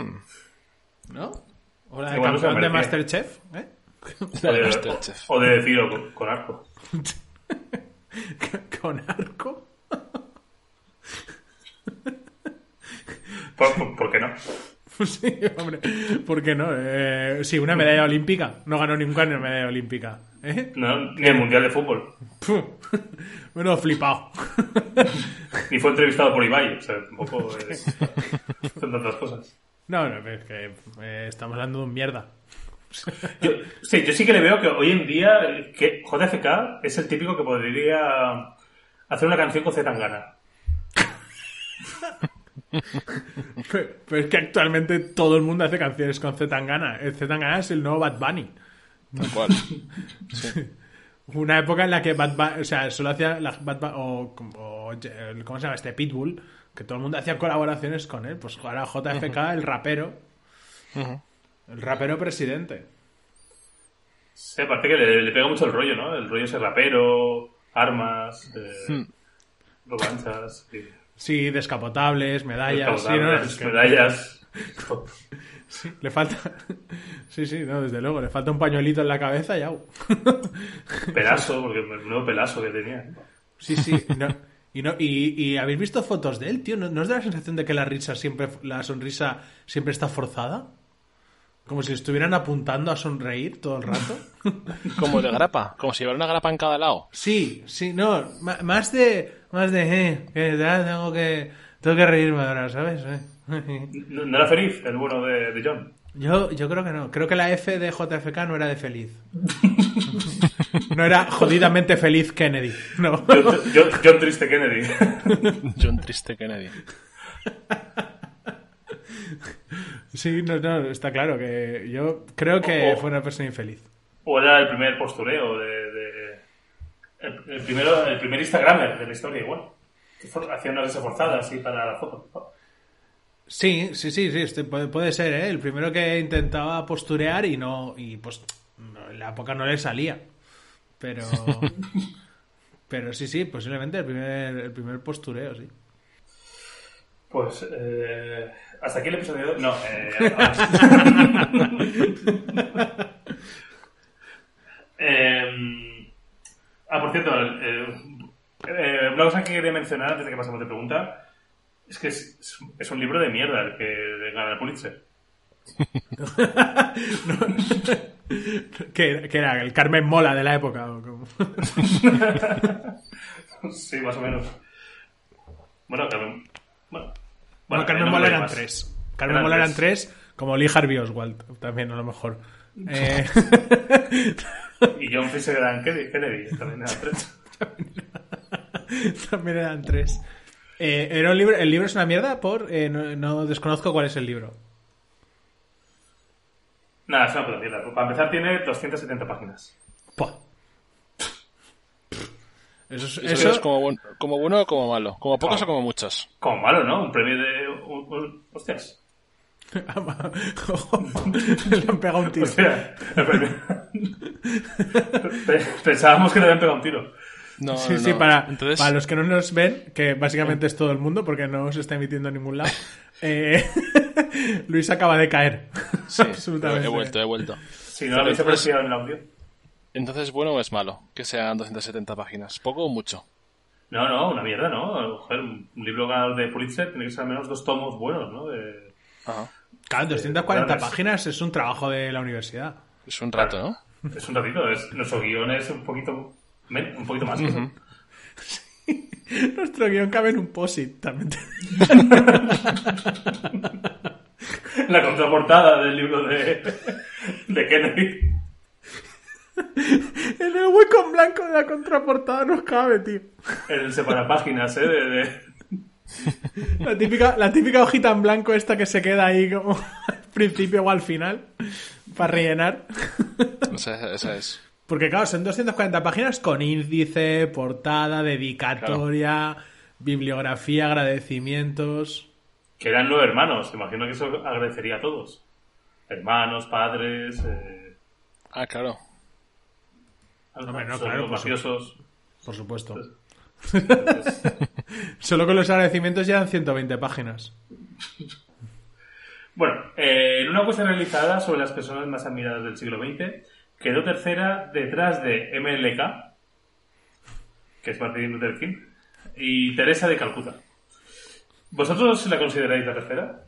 S1: O la de
S2: Igual no se
S1: campeón de
S2: merece.
S1: Masterchef, ¿eh?
S3: Masterchef.
S2: O de decirlo con arco.
S1: Con arco.
S2: ¿Por qué no?
S1: Sí, hombre, ¿por qué no? Sí, una medalla olímpica. No ganó nunca una medalla olímpica. ¿Eh?
S2: No, ni el Mundial de Fútbol.
S1: Puh. Bueno, flipado.
S2: Ni fue entrevistado por Ibai. O sea, tampoco es... Son tantas cosas.
S1: No, es que estamos hablando de un mierda.
S2: Yo sí que le veo que hoy en día que JFK es el típico que podría hacer una canción con Zetangana.
S1: Pero es que actualmente todo el mundo hace canciones con Zetangana. El Zetangana es el nuevo Bad Bunny.
S3: Tal cual.
S1: Una época en la que Bad Bunny, o sea, solo hacía la Bad Bunny, o ¿cómo se llama este? Pitbull, que todo el mundo hacía colaboraciones con él. Pues ahora JFK, el rapero. El rapero presidente.
S2: Sí, aparte que le pega mucho el rollo, ¿no? El rollo ese rapero, armas, revanchas, sí.
S1: Sí, descapotables, medallas. Sí, no, es que
S2: medallas.
S1: le falta. Sí, no, desde luego, le falta un pañuelito en la cabeza y au.
S2: Pelazo, porque el nuevo pelazo que tenía.
S1: Sí. ¿Y habéis visto fotos de él, tío? ¿No os da la sensación de que la sonrisa siempre está forzada? Como si estuvieran apuntando a sonreír todo el rato.
S3: Como de grapa, como si llevara una grapa en cada lado.
S1: Sí, no, más de que tengo que reírme ahora, ¿sabes?
S2: ¿No era feliz el bueno de John?
S1: Yo creo que no. Creo que la F de JFK no era de feliz. No era jodidamente feliz Kennedy. No.
S2: John Triste Kennedy.
S3: John Triste Kennedy.
S2: Sí,
S1: no, está claro que yo creo que fue una persona infeliz.
S2: O era el primer postureo el primer Instagramer de la historia igual. Que hacía una risa forzada así para la foto.
S1: Sí, puede ser, ¿eh? El primero que intentaba posturear y pues en la época no le salía. Pero sí, posiblemente el primer postureo, sí.
S2: Pues hasta aquí el episodio 2. No, por cierto, una cosa que quería mencionar antes de que pasemos de pregunta es que es un libro de mierda el que gana el Pulitzer.
S1: ¿Qué era? ¿El Carmen Mola de la época? ¿O cómo?
S2: Sí, más o menos. Bueno, Carmen
S1: Mola eran 3. Carmen Mola eran 3, como Lee Harvey Oswald también, a lo mejor.
S2: Y John Fitzgerald Kennedy también eran 3.
S1: También eran 3. Era un libro, el libro es una mierda no desconozco cuál es el libro.
S2: Nada, es una puta mierda. Para empezar tiene 270 páginas.
S1: Pua. Eso
S3: es como bueno o como malo. Como pocos o como muchos.
S2: Como malo, ¿no? Un premio de... Hostias.
S1: Le han pegado un tiro.
S2: Hostia, el premio. Pensábamos que le habían pegado un tiro.
S3: No,
S1: sí,
S3: no,
S1: sí,
S3: no.
S1: para los que no nos ven, que básicamente es todo el mundo porque no se está emitiendo en ningún lado, Luis acaba de caer.
S3: Sí,
S1: absolutamente.
S3: he vuelto.
S2: Si no lo habéis apreciado en el audio.
S3: Entonces, ¿bueno o es malo que sean 270 páginas? ¿Poco o mucho?
S2: No, una mierda, ¿no? Joder, un libro ganador de Pulitzer tiene que ser al menos 2 tomos buenos, ¿no?
S3: Ajá.
S1: Claro, 240 páginas es un trabajo de la universidad.
S3: Es un rato, ¿no?
S2: Es un ratito. Nuestro guión es un poquito más.
S3: Uh-huh.
S1: Sí, nuestro guión cabe en un post-it también.
S2: La contraportada del libro de Kennedy.
S1: En el hueco en blanco de la contraportada nos cabe, tío.
S2: En el separapáginas,
S1: La típica hojita en blanco esta que se queda ahí como al principio o al final para rellenar.
S3: Esa es.
S1: Porque claro, son 240 páginas con índice, portada, dedicatoria, claro, bibliografía, agradecimientos.
S2: Que eran 9 hermanos, imagino que eso agradecería a todos. Hermanos, padres...
S3: claro.
S1: Hombre, no, claro,
S2: mafiosos.
S1: Por supuesto.
S2: Entonces...
S1: Solo con los agradecimientos ya eran 120 páginas.
S2: Bueno, en una encuesta realizada sobre las personas más admiradas del siglo XX, quedó tercera detrás de MLK, que es Martin Luther King, y Teresa de Calcuta. ¿Vosotros la consideráis la tercera?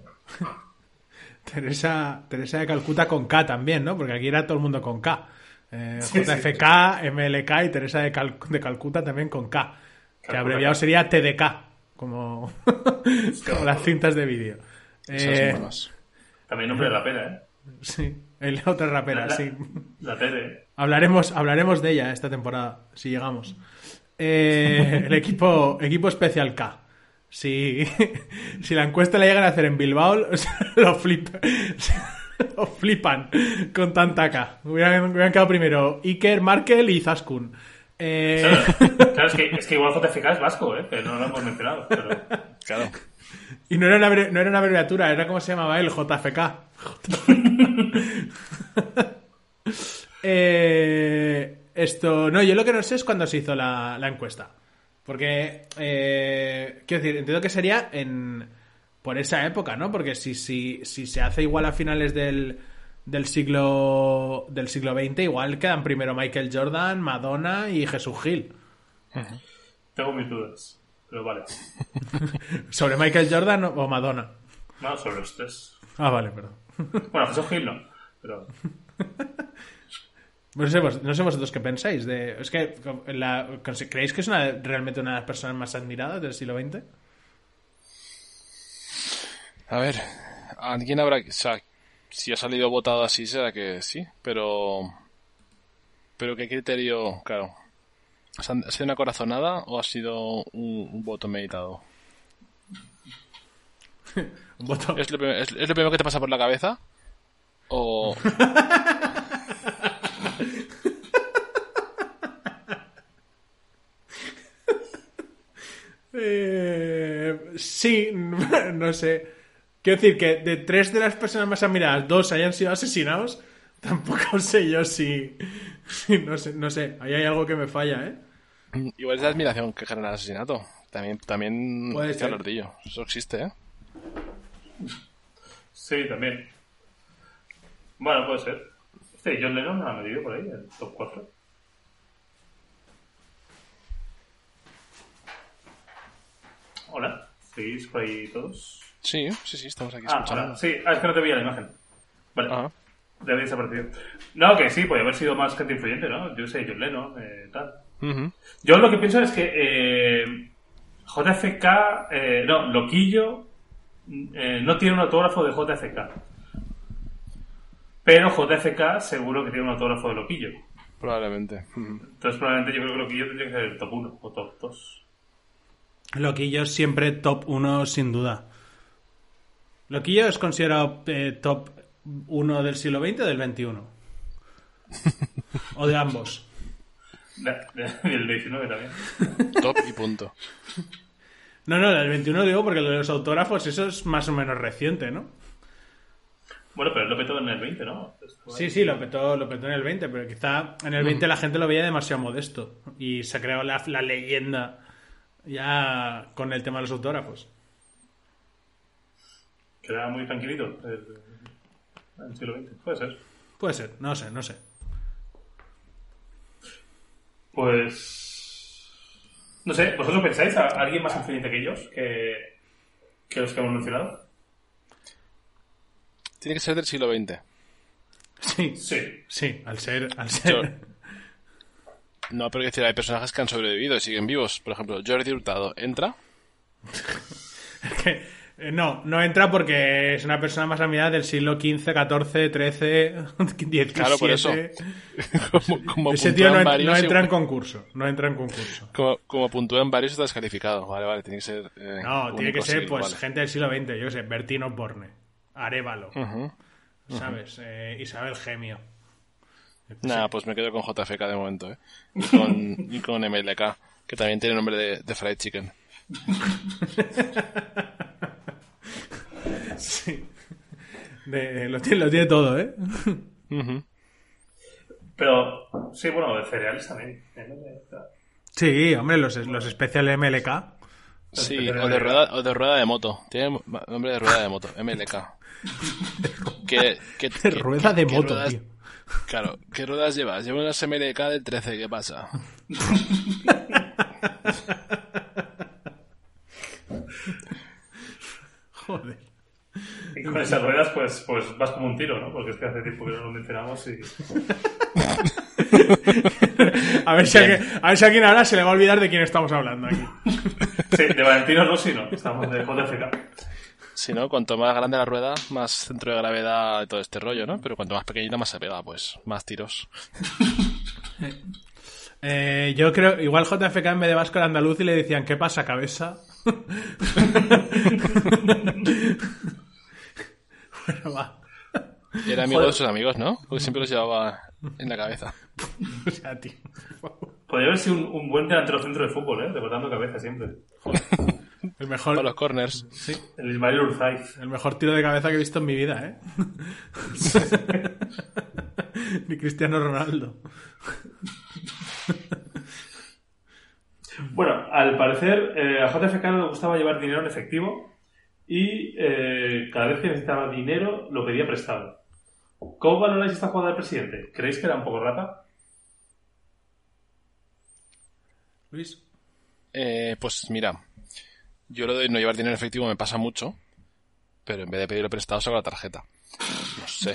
S1: Teresa de Calcuta con K también, ¿no? Porque aquí era todo el mundo con K. JFK, sí. MLK y Teresa de Calcuta también con K. Que abreviado sería TDK, como las cintas de vídeo.
S2: También nombre de rapera, ¿eh?
S1: Sí, la otra rapera, sí.
S2: La TD.
S1: Hablaremos de ella esta temporada, si llegamos. El equipo especial K. Si la encuesta la llegan a hacer en Bilbao, lo flipan con tanta K. Hubieran quedado primero Iker, Markel y Zaskun.
S2: Claro, es que igual JFK es vasco, que no lo hemos mencionado. Pero...
S3: Claro.
S1: Y no era una abreviatura, era como se llamaba él, JFK. No, yo lo que no sé es cuándo se hizo la encuesta. Porque, quiero decir, entiendo que sería por esa época, ¿no? Porque si se hace igual a finales del siglo XX, igual quedan primero Michael Jordan, Madonna y Jesús Gil.
S2: Tengo mis dudas, pero vale.
S1: ¿Sobre Michael Jordan o Madonna?
S2: No, sobre los 3.
S1: Ah, vale, perdón.
S2: Bueno, Jesús Gil no, pero...
S1: No sé vosotros qué pensáis. Es que ¿creéis que es realmente una de las personas más admiradas del siglo XX?
S3: A ver, alguien habrá... O sea, si ha salido votado así, será que sí, pero ¿qué criterio? Claro. ¿Ha sido una corazonada o ha sido un voto meditado?
S1: ¿Un voto?
S3: ¿Es lo primero que te pasa por la cabeza? ¿O...?
S1: Sí, no sé. Quiero decir que de 3 de las personas más admiradas, 2 hayan sido asesinados. Tampoco sé yo si no sé. Ahí hay algo que me falla, ¿eh?
S3: Igual es la admiración que genera el asesinato. También
S1: puede ser.
S3: Ardillo. Eso existe, ¿eh?
S2: Sí, también. Bueno, puede ser. John Lennon ha medido por ahí, el top 4. Hola, ¿seguís por ahí todos?
S3: Sí, estamos aquí escuchando.
S2: Hola. Sí, es que no te veía la imagen. Vale.
S3: Ajá.
S2: Ya había desaparecido. No, que sí, podría haber sido más gente influyente, ¿no? Yo sé, John Lennon, tal.
S3: Uh-huh.
S2: Yo lo que pienso es que JFK, Loquillo, no tiene un autógrafo de JFK. Pero JFK seguro que tiene un autógrafo de Loquillo.
S3: Probablemente.
S2: Entonces probablemente yo creo que Loquillo tendría que ser el top 1 o top 2.
S1: Loquillo siempre top 1 sin duda. ¿Loquillo es considerado top 1 del siglo XX o del XXI? ¿O de ambos?
S2: Y el 19 también.
S3: Top y punto.
S1: No, del 21 digo porque lo de los autógrafos, eso es más o menos reciente, ¿no?
S2: Bueno, pero él lo petó en el 20, ¿no?
S1: Sí, lo petó en el 20, pero quizá en el 20 la gente lo veía demasiado modesto y se creó la leyenda ya con el tema de los autógrafos.
S2: Que era muy tranquilito en el siglo XX.
S1: Puede ser, no sé.
S2: Pues... No sé, ¿vosotros pensáis a alguien más influyente que ellos? Que los que hemos mencionado.
S3: Tiene que ser del siglo XX.
S1: Sí, al ser...
S3: No, pero quiero decir, hay personajes que han sobrevivido y siguen vivos. Por ejemplo, Jordi Hurtado, ¿entra?
S1: No entra porque es una persona más a mi edad del siglo XV, XIV, XIII, XVII.
S3: Claro, por eso. como
S1: Ese tío no
S3: varios,
S1: entra en concurso.
S3: Como puntúa en varios está descalificado. Vale, tiene que ser...
S1: tiene que ser
S3: vale.
S1: gente del siglo XX. Yo qué sé, Bertín Osborne, Arévalo,
S3: Uh-huh.
S1: ¿sabes? Isabel Gemio.
S3: Nada, pues me quedo con JFK de momento, ¿eh? Y con MLK, que también tiene nombre de fried chicken.
S1: Sí. Lo tiene todo, ¿eh?
S3: Uh-huh.
S2: Pero, sí, bueno, de cereales también.
S1: Sí, hombre, los especiales MLK.
S3: Sí, o de rueda de moto. Tiene nombre de rueda de moto, MLK.
S1: De rueda de moto,
S3: ruedas,
S1: tío.
S3: Claro, ¿qué ruedas llevas? Llevo unas MLK del 13, ¿qué pasa?
S1: Joder.
S2: Y con esas ruedas, pues vas como un tiro, ¿no? Porque es que hace tiempo que no lo mencionamos y...
S1: a ver si a alguien ahora se le va a olvidar de quién estamos hablando aquí.
S2: Sí, de Valentino Rossi no, estamos de JFK.
S3: Si no, cuanto más grande la rueda, más centro de gravedad de todo este rollo, ¿no? Pero cuanto más pequeñita, más se pega, pues más tiros.
S1: Yo creo, igual JFK en vez de vasco era andaluz y le decían, ¿qué pasa, cabeza? Bueno, va.
S3: Era amigo de sus amigos, ¿no? Porque siempre los llevaba en la cabeza.
S1: O sea, tío.
S2: Podría haber sido un buen delantero centro de fútbol, ¿eh? Levantando cabeza siempre.
S1: El mejor...
S3: Para los corners.
S1: Sí.
S2: El Ismael Urzaiz.
S1: El mejor tiro de cabeza que he visto en mi vida, ¿eh? Ni Cristiano Ronaldo.
S2: Bueno, al parecer a JFK no le gustaba llevar dinero en efectivo y cada vez que necesitaba dinero lo pedía prestado. ¿Cómo valoráis esta jugada del presidente? ¿Creéis que era un poco rata?
S1: Luis.
S3: Pues mira, yo lo de no llevar dinero en efectivo me pasa mucho, pero en vez de pedirlo prestado saco la tarjeta. No sé.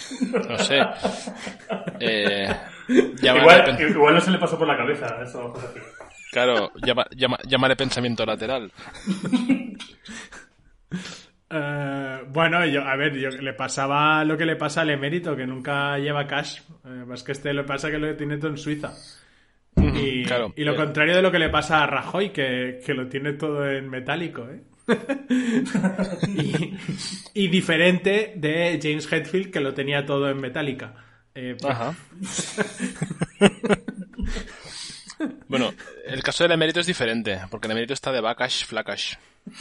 S2: Igual no se le pasó por la cabeza eso.
S3: Claro, llámale pensamiento lateral.
S1: Bueno, yo le pasaba lo que le pasa al emérito, que nunca lleva cash. Es que le pasa que lo tiene todo en Suiza. Y,
S3: claro,
S1: y lo contrario de lo que le pasa a Rajoy, que lo tiene todo en metálico, ¿eh? y diferente de James Hetfield, que lo tenía todo en metálica.
S3: Ajá. Bueno, el caso del emérito es diferente, porque el emérito está de Baccash Flacash.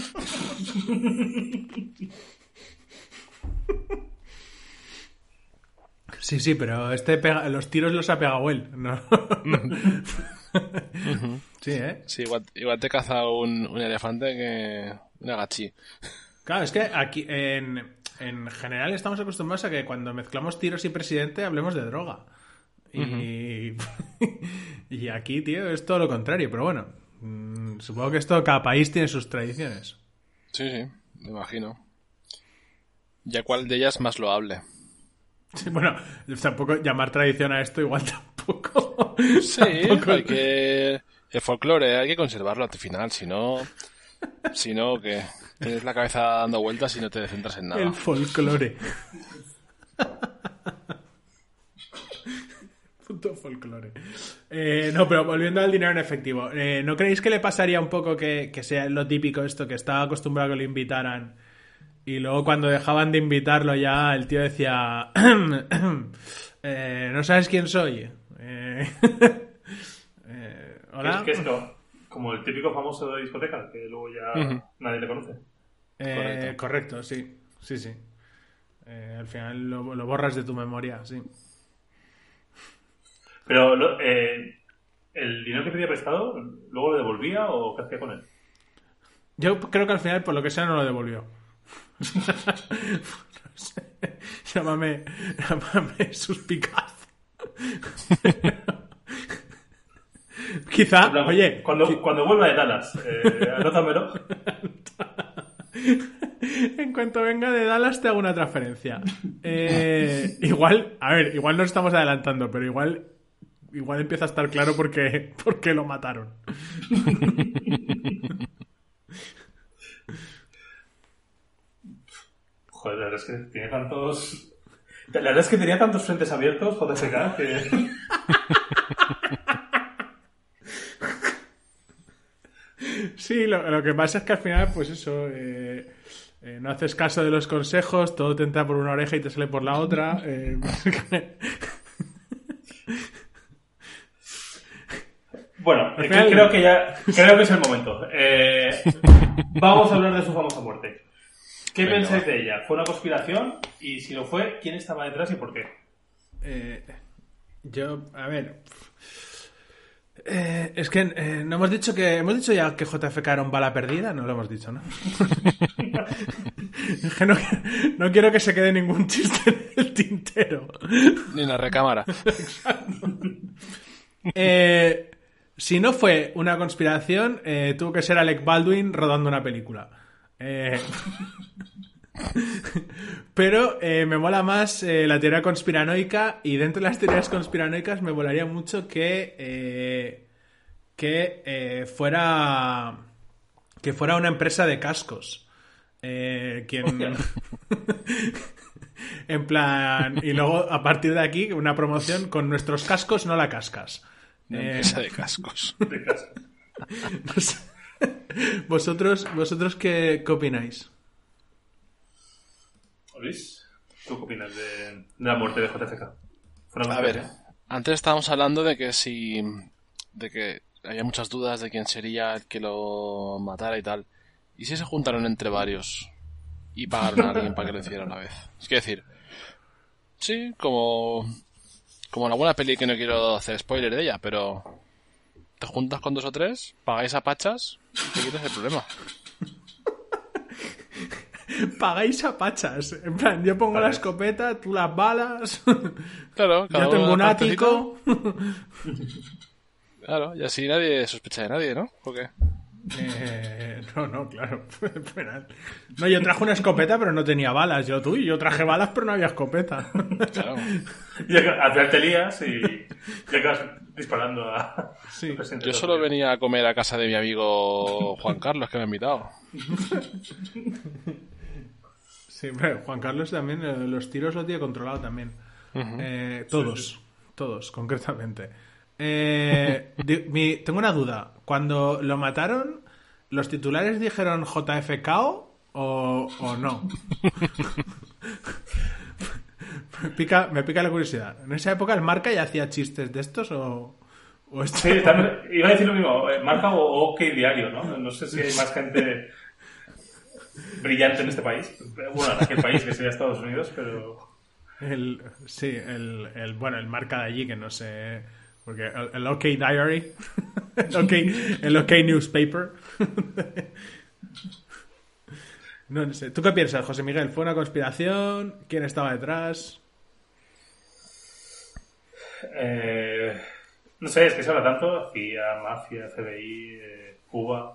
S1: Sí, pero los tiros los ha pegado él, ¿no? Sí, ¿eh?
S3: Sí, igual te caza un elefante que una gachi.
S1: Claro, es que aquí en general estamos acostumbrados a que cuando mezclamos tiros y presidente hablemos de droga. Y, y aquí, tío, es todo lo contrario. Pero bueno, supongo que cada país tiene sus tradiciones.
S3: Sí, me imagino. ¿Ya cuál de ellas más loable?
S1: Sí, bueno, tampoco llamar tradición a esto igual tampoco.
S3: Sí, hay que... El folclore hay que conservarlo hasta el final, si no que tienes la cabeza dando vueltas y no te centras en nada.
S1: El folclore. Puto folclore. No, pero volviendo al dinero en efectivo, ¿no creéis que le pasaría un poco que sea lo típico esto, que estaba acostumbrado a que lo invitaran y luego cuando dejaban de invitarlo ya el tío decía ¿no sabes quién soy? ¿Hola?
S2: Es que esto, como el típico famoso de discoteca, que luego ya nadie le conoce.
S1: Correcto, sí. Al final lo borras de tu memoria, sí.
S2: Pero ¿el dinero que pedía prestado luego lo devolvía o qué hacía con él?
S1: Yo creo que al final, por lo que sea, no lo devolvió. No sé. Llámame suspicaz. Quizá,
S2: En plan,
S1: oye...
S2: Cuando vuelva de Dallas, anótamelo.
S1: En cuanto venga de Dallas te hago una transferencia. Igual nos estamos adelantando, pero igual empieza a estar claro por qué lo mataron.
S2: Joder, la verdad es que tiene tantos... La verdad es que tenía tantos frentes abiertos, JFK, que...
S1: Sí, lo que pasa es que al final, pues eso, no haces caso de los consejos, todo te entra por una oreja y te sale por la otra.
S2: Bueno,
S1: al final...
S2: creo que es el momento. Vamos a hablar de su famosa muerte. ¿Qué pensáis de ella? ¿Fue una conspiración? Y si lo fue, ¿quién estaba detrás y por qué?
S1: A ver... es que no hemos dicho ya que JFK era un bala perdida, no lo hemos dicho, ¿no? Es que no quiero que se quede ningún chiste en el tintero.
S3: Ni en la recámara.
S1: Si no fue una conspiración, tuvo que ser Alec Baldwin rodando una película. Pero me mola más la teoría conspiranoica, y dentro de las teorías conspiranoicas me molaría mucho que fuera una empresa de cascos. En plan, y luego a partir de aquí una promoción con nuestros cascos, no la cascas.
S3: Una empresa de cascos.
S2: De casa.
S1: ¿Vosotros qué opináis?
S2: Luis, ¿tú qué opinas de la muerte de JFK?
S3: A ver, antes estábamos hablando de que había muchas dudas de quién sería el que lo matara y tal. ¿Y si se juntaron entre varios y pagaron a alguien para que lo hiciera una vez? Es decir, sí, como la buena peli, que no quiero hacer spoiler de ella, pero te juntas con 2 o 3, pagáis a pachas y te quitas el problema.
S1: Pagáis a pachas. En plan, yo pongo la escopeta, tú las balas.
S3: Claro,
S1: yo tengo un ático.
S3: Claro, y así nadie sospecha de nadie, ¿no? ¿O qué?
S1: No, claro. No, yo traje una escopeta, pero no tenía balas. Yo traje balas, pero no había escopeta.
S3: Claro.
S2: Y al final te lías y acabas disparando a...
S1: Sí.
S3: Yo solo venía a comer a casa de mi amigo Juan Carlos, que me ha invitado.
S1: Sí, pero Juan Carlos también, los tiros lo tiene controlado también.
S3: Uh-huh.
S1: Todos, concretamente. Tengo una duda. Cuando lo mataron, ¿los titulares dijeron JFK o no? Me pica la curiosidad. ¿En esa época el Marca ya hacía chistes de estos o esto?
S2: Sí, iba a decir lo mismo. Marca o OK Diario, ¿no? No sé si hay más gente brillante en este país. Bueno, en aquel país que sería Estados Unidos, pero...
S1: el Marca de allí, que no sé... Porque el OK Diary, el OK Newspaper. No sé. ¿Tú qué piensas, José Miguel? ¿Fue una conspiración? ¿Quién estaba detrás?
S2: No sé, es que se habla tanto. CIA, mafia, FBI, Cuba.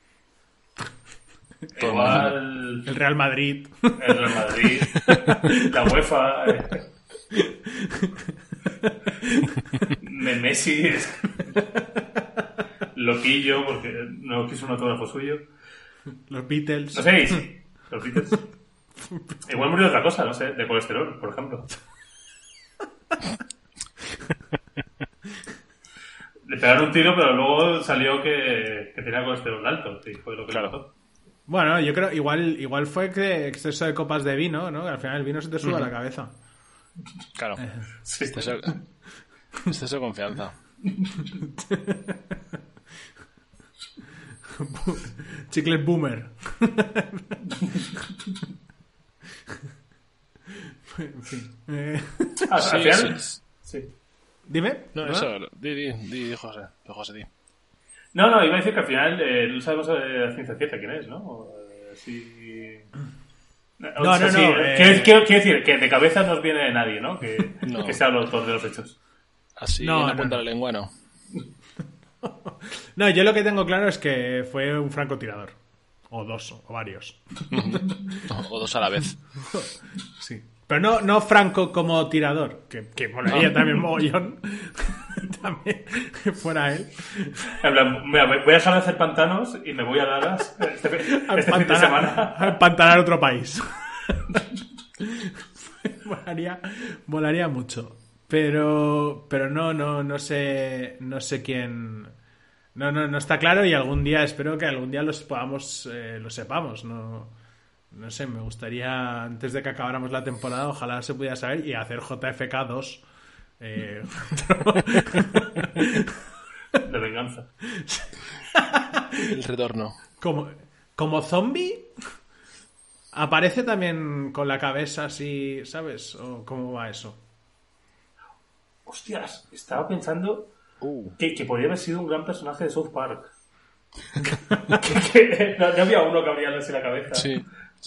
S2: Igual...
S1: El Real Madrid.
S2: El Real Madrid. La UEFA. Messi. Loquillo, porque no quiso un autógrafo suyo.
S1: Los Beatles.
S2: No sé, sí. Los Beatles. Igual murió de otra cosa, no sé, de colesterol, por ejemplo. Le pegaron un tiro, pero luego salió que tenía colesterol alto, y fue lo que le mató.
S1: Bueno, yo creo, igual fue que exceso de copas de vino, ¿no? Que al final el vino se te sube a la cabeza.
S3: Claro.
S2: Sí.
S3: Exceso de confianza.
S1: Chicles boomer. En fin.
S2: Al
S3: Sí,
S2: final,
S3: sí.
S2: sí.
S1: Dime.
S3: No,
S1: ¿No?
S3: eso, di José. José, di.
S2: No, iba a decir que al final no sabemos de ciencia cierta quién es, ¿no? Sí.
S1: No.
S2: Quiero decir que de cabeza no os viene nadie, ¿no?
S3: No.
S2: Que sea el autor de los hechos.
S3: Así
S1: No,
S3: en la
S1: no,
S3: punta
S1: no.
S3: de la lengua, no.
S1: No, yo lo que tengo claro es que fue un francotirador. O dos, o varios.
S3: O dos a la vez.
S1: Sí. Pero no Franco como tirador, que molaría también mogollón. También que fuera él.
S2: En plan, mira, voy a dejar de hacer pantanos y me voy a Dallas este fin de semana.
S1: A empantanar otro país. Molaría mucho. Pero no sé quién. No está claro y algún día espero que algún día lo sepamos. No sé, me gustaría antes de que acabáramos la temporada, ojalá se pudiera saber y hacer JFK 2.
S2: De venganza.
S3: El retorno.
S1: Como zombie aparece también con la cabeza así, ¿sabes? ¿O cómo va eso?
S2: Hostias, estaba pensando que podría haber sido un gran personaje de South Park. No había uno que abría así la cabeza.
S3: Sí.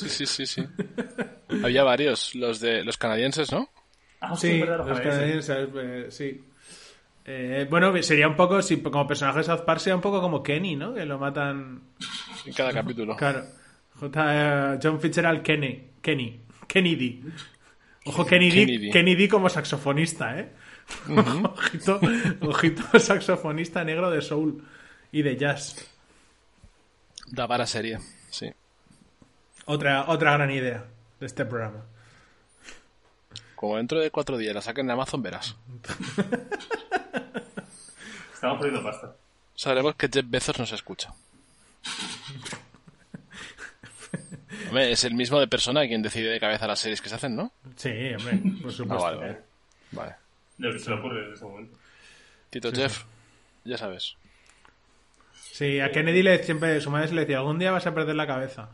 S3: Había varios, los canadienses, ¿no?
S2: Ah,
S1: Sí,
S2: verdad,
S1: los
S2: canadienses.
S1: canadienses, sí. Bueno, sería un poco, si como personaje de South Park, sería un poco como Kenny, ¿no? Que lo matan.
S3: En cada capítulo.
S1: Claro. John Fitzgerald Kennedy. Ojo, Kennedy como saxofonista, ¿eh? Ojito saxofonista negro de soul y de jazz.
S3: Da para serie, sí.
S1: Otra gran idea de este programa.
S3: Como dentro de 4 días la saquen de Amazon, verás.
S2: Estamos poniendo pasta.
S3: Sabremos que Jeff Bezos nos escucha. Hombre, es el mismo de persona quien decide de cabeza las series que se hacen, ¿no?
S1: Sí, hombre, por supuesto.
S3: Vale.
S2: De lo que se le ocurre en ese momento.
S3: Tito
S1: Sí,
S3: Jeff, ya sabes.
S1: Sí, a Kennedy siempre su madre se le decía, algún día vas a perder la cabeza.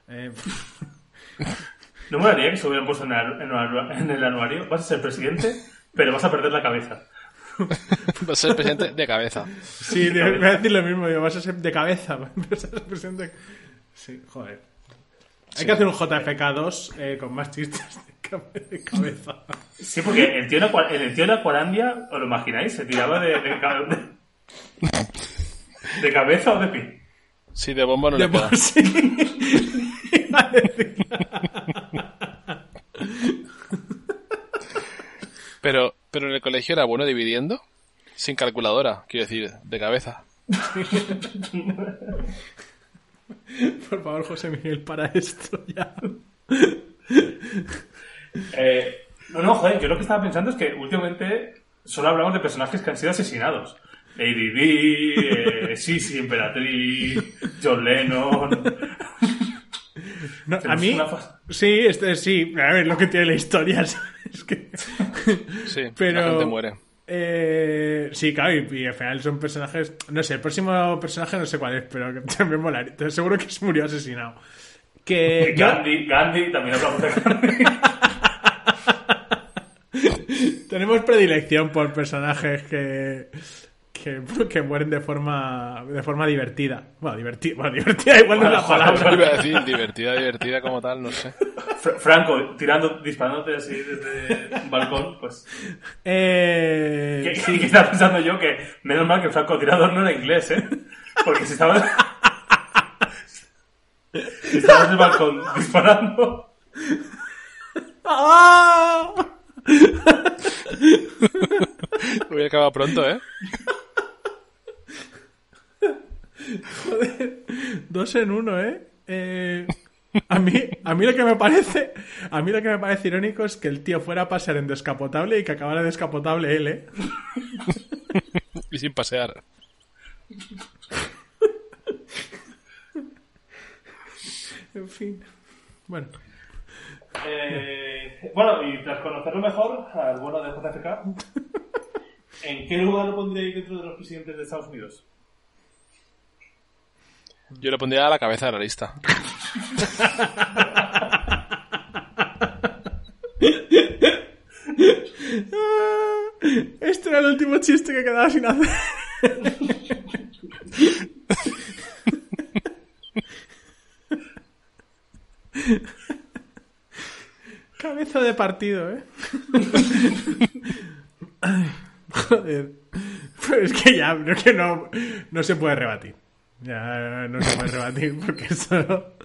S2: No me molaría que se hubieran puesto en el anuario. Vas a ser presidente, pero vas a perder la cabeza.
S3: Va a ser presidente de cabeza.
S1: Sí, voy a decir lo mismo, digo, vas a ser de cabeza. Vas a ser presidente. Sí, joder. Hay que hacer un JFK 2 con más chistes de cabeza.
S2: Sí, porque el tío en Aqualandia, ¿os lo imagináis? Se tiraba de cabeza o de pie.
S3: Sí, de bomba no le queda.
S1: Sí. Iba a decir.
S3: Pero en el colegio era bueno dividiendo. Sin calculadora, quiero decir, de cabeza.
S1: Por favor, José Miguel, para esto ya.
S2: No, joder, yo lo que estaba pensando es que últimamente solo hablamos de personajes que han sido asesinados. ADD, Sisi, Emperatriz, John Lennon.
S1: No, a mí, sí, sí, a ver, lo que tiene la historia es que...
S3: Sí,
S1: pero,
S3: la gente muere.
S1: Sí, claro, y al final son personajes... No sé, el próximo personaje no sé cuál es, pero también molaría. Seguro que se murió asesinado. Que
S2: Gandhi, también hablamos de Gandhi.
S1: Tenemos predilección por personajes que mueren de forma divertida. Bueno, divertida igual no es la palabra.
S3: Iba a decir divertida como tal, no sé.
S2: Franco, disparándote así desde un balcón, pues... ¿Qué estaba pensando yo? Que menos mal que el francotirador no era inglés, ¿eh? Porque si estabas... si estabas en el balcón disparando...
S1: ¡Ah!
S3: Voy a acabar pronto, ¿eh?
S1: Joder, 2 en 1, ¿eh? A mí lo que me parece irónico es que el tío fuera a pasar en descapotable y que acabara descapotable él, ¿eh?
S3: Y sin pasear.
S1: En fin. Bueno.
S2: Bueno, y tras conocerlo mejor, al bueno de JFK, ¿en qué lugar lo pondríais dentro de los presidentes de Estados Unidos?
S3: Yo lo pondría a la cabeza de la lista.
S1: Este era el último chiste que quedaba sin hacer. Cabeza de partido, Ay, joder. Pero es que ya, creo que no se puede rebatir. Ya no se puede rebatir porque eso...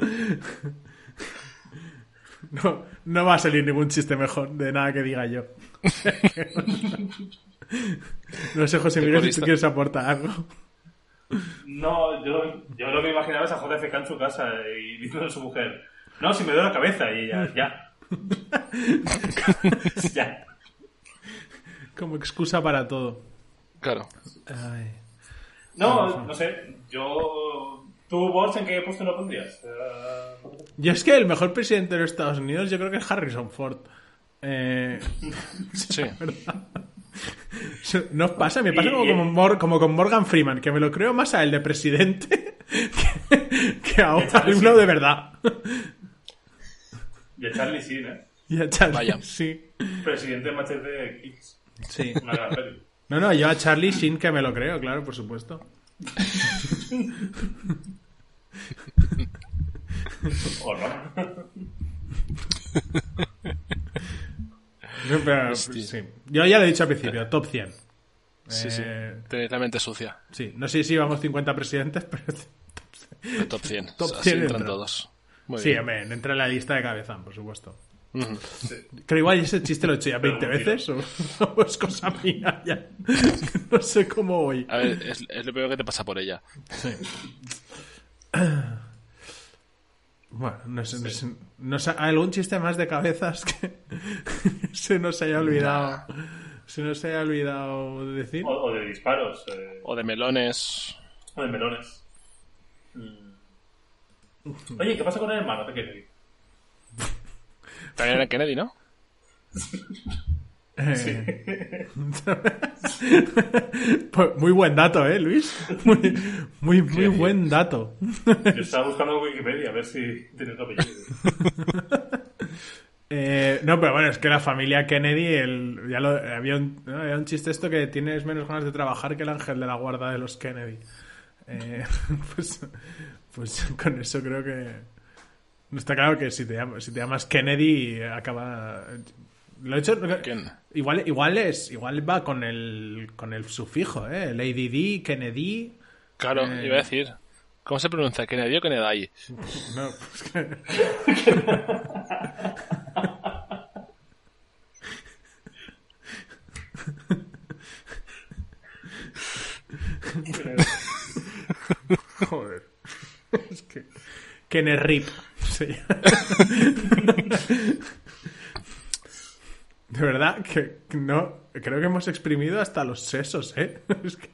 S1: No va a salir ningún chiste mejor de nada que diga yo. No sé, José Miguel, si tú quieres aportar algo.
S2: No, yo lo que imaginaba es a JFK en su casa y diciendo a su mujer, no, si me doy la cabeza, y ella, ya. Ya.
S1: Como excusa para todo.
S3: Claro.
S1: Ay.
S2: No sé, ¿Tú, Bosch, en qué puesto lo pondrías?
S1: Yo es que el mejor presidente de los Estados Unidos yo creo que es Harrison Ford.
S3: Sí.
S1: ¿No os pasa? Me pasa como con Morgan Freeman, que me lo creo más a él de presidente que a uno de verdad.
S2: Y a Charlie Sheen, ¿eh?
S1: Y a Charlie,
S3: Vaya.
S1: sí.
S2: Presidente de Machete Kids.
S1: Sí.
S2: Una gran peli.
S1: No, yo a Charlie Sheen que me lo creo, claro, por supuesto.
S2: ¿O no?
S1: No, pero, sí. Yo ya lo he dicho al principio, top 100.
S3: Sí. Tenéis la mente sucia.
S1: Sí, no sé si vamos 50 presidentes, pero...
S3: El top 100.
S1: Top
S3: Así
S1: 100
S3: entran
S1: entra.
S3: todos. Muy
S1: Sí,
S3: bien.
S1: hombre, entra en la lista de Cabezán, por supuesto.
S3: Ujú.
S1: Creo igual ese chiste lo he hecho ya 20 veces o es cosa mía ya. No sé cómo voy.
S3: A ver, es lo peor que te pasa por ella.
S1: Sí. Bueno, no sé, ¿algún chiste más de cabezas que se nos haya olvidado? Se nos haya olvidado decir.
S2: O de disparos.
S3: O de melones.
S2: O de melones. Oye, ¿qué pasa con el hermano de Kennedy?
S3: También era Kennedy, ¿no?
S1: Pues muy buen dato, Luis. Muy buen dato.
S2: Yo estaba buscando en Wikipedia a ver si tiene otro apellido.
S1: No, pero bueno, es que la familia Kennedy, había un chiste esto que tienes menos ganas de trabajar que el ángel de la guarda de los Kennedy. Pues con eso creo que no está claro que si te llamas Kennedy acaba. Lo he hecho.
S3: ¿Quién?
S1: Igual va con el sufijo, Lady D, Kennedy.
S3: Claro, iba a decir. ¿Cómo se pronuncia? ¿Kennedy o Kennedy?
S1: No, pues que... Joder. Es que... Kennerrip. Sí. De verdad que no... Creo que hemos exprimido hasta los sesos, Es que...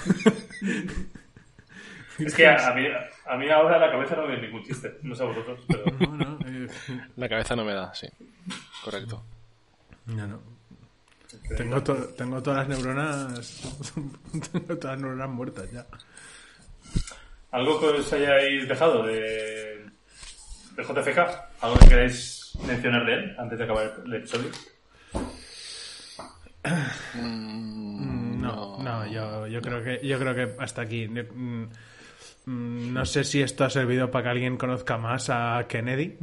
S2: Es que a mí ahora la cabeza no me da ningún chiste. No sé a vosotros, pero...
S1: No,
S3: La cabeza no me da, sí. Correcto.
S1: No. Tengo todas las neuronas... Tengo todas las neuronas muertas ya.
S2: ¿Algo que os hayáis dejado de JFK? ¿Algo que queráis mencionar de él antes de acabar el episodio?
S1: No, yo creo que hasta aquí. No sé si esto ha servido para que alguien conozca más a Kennedy.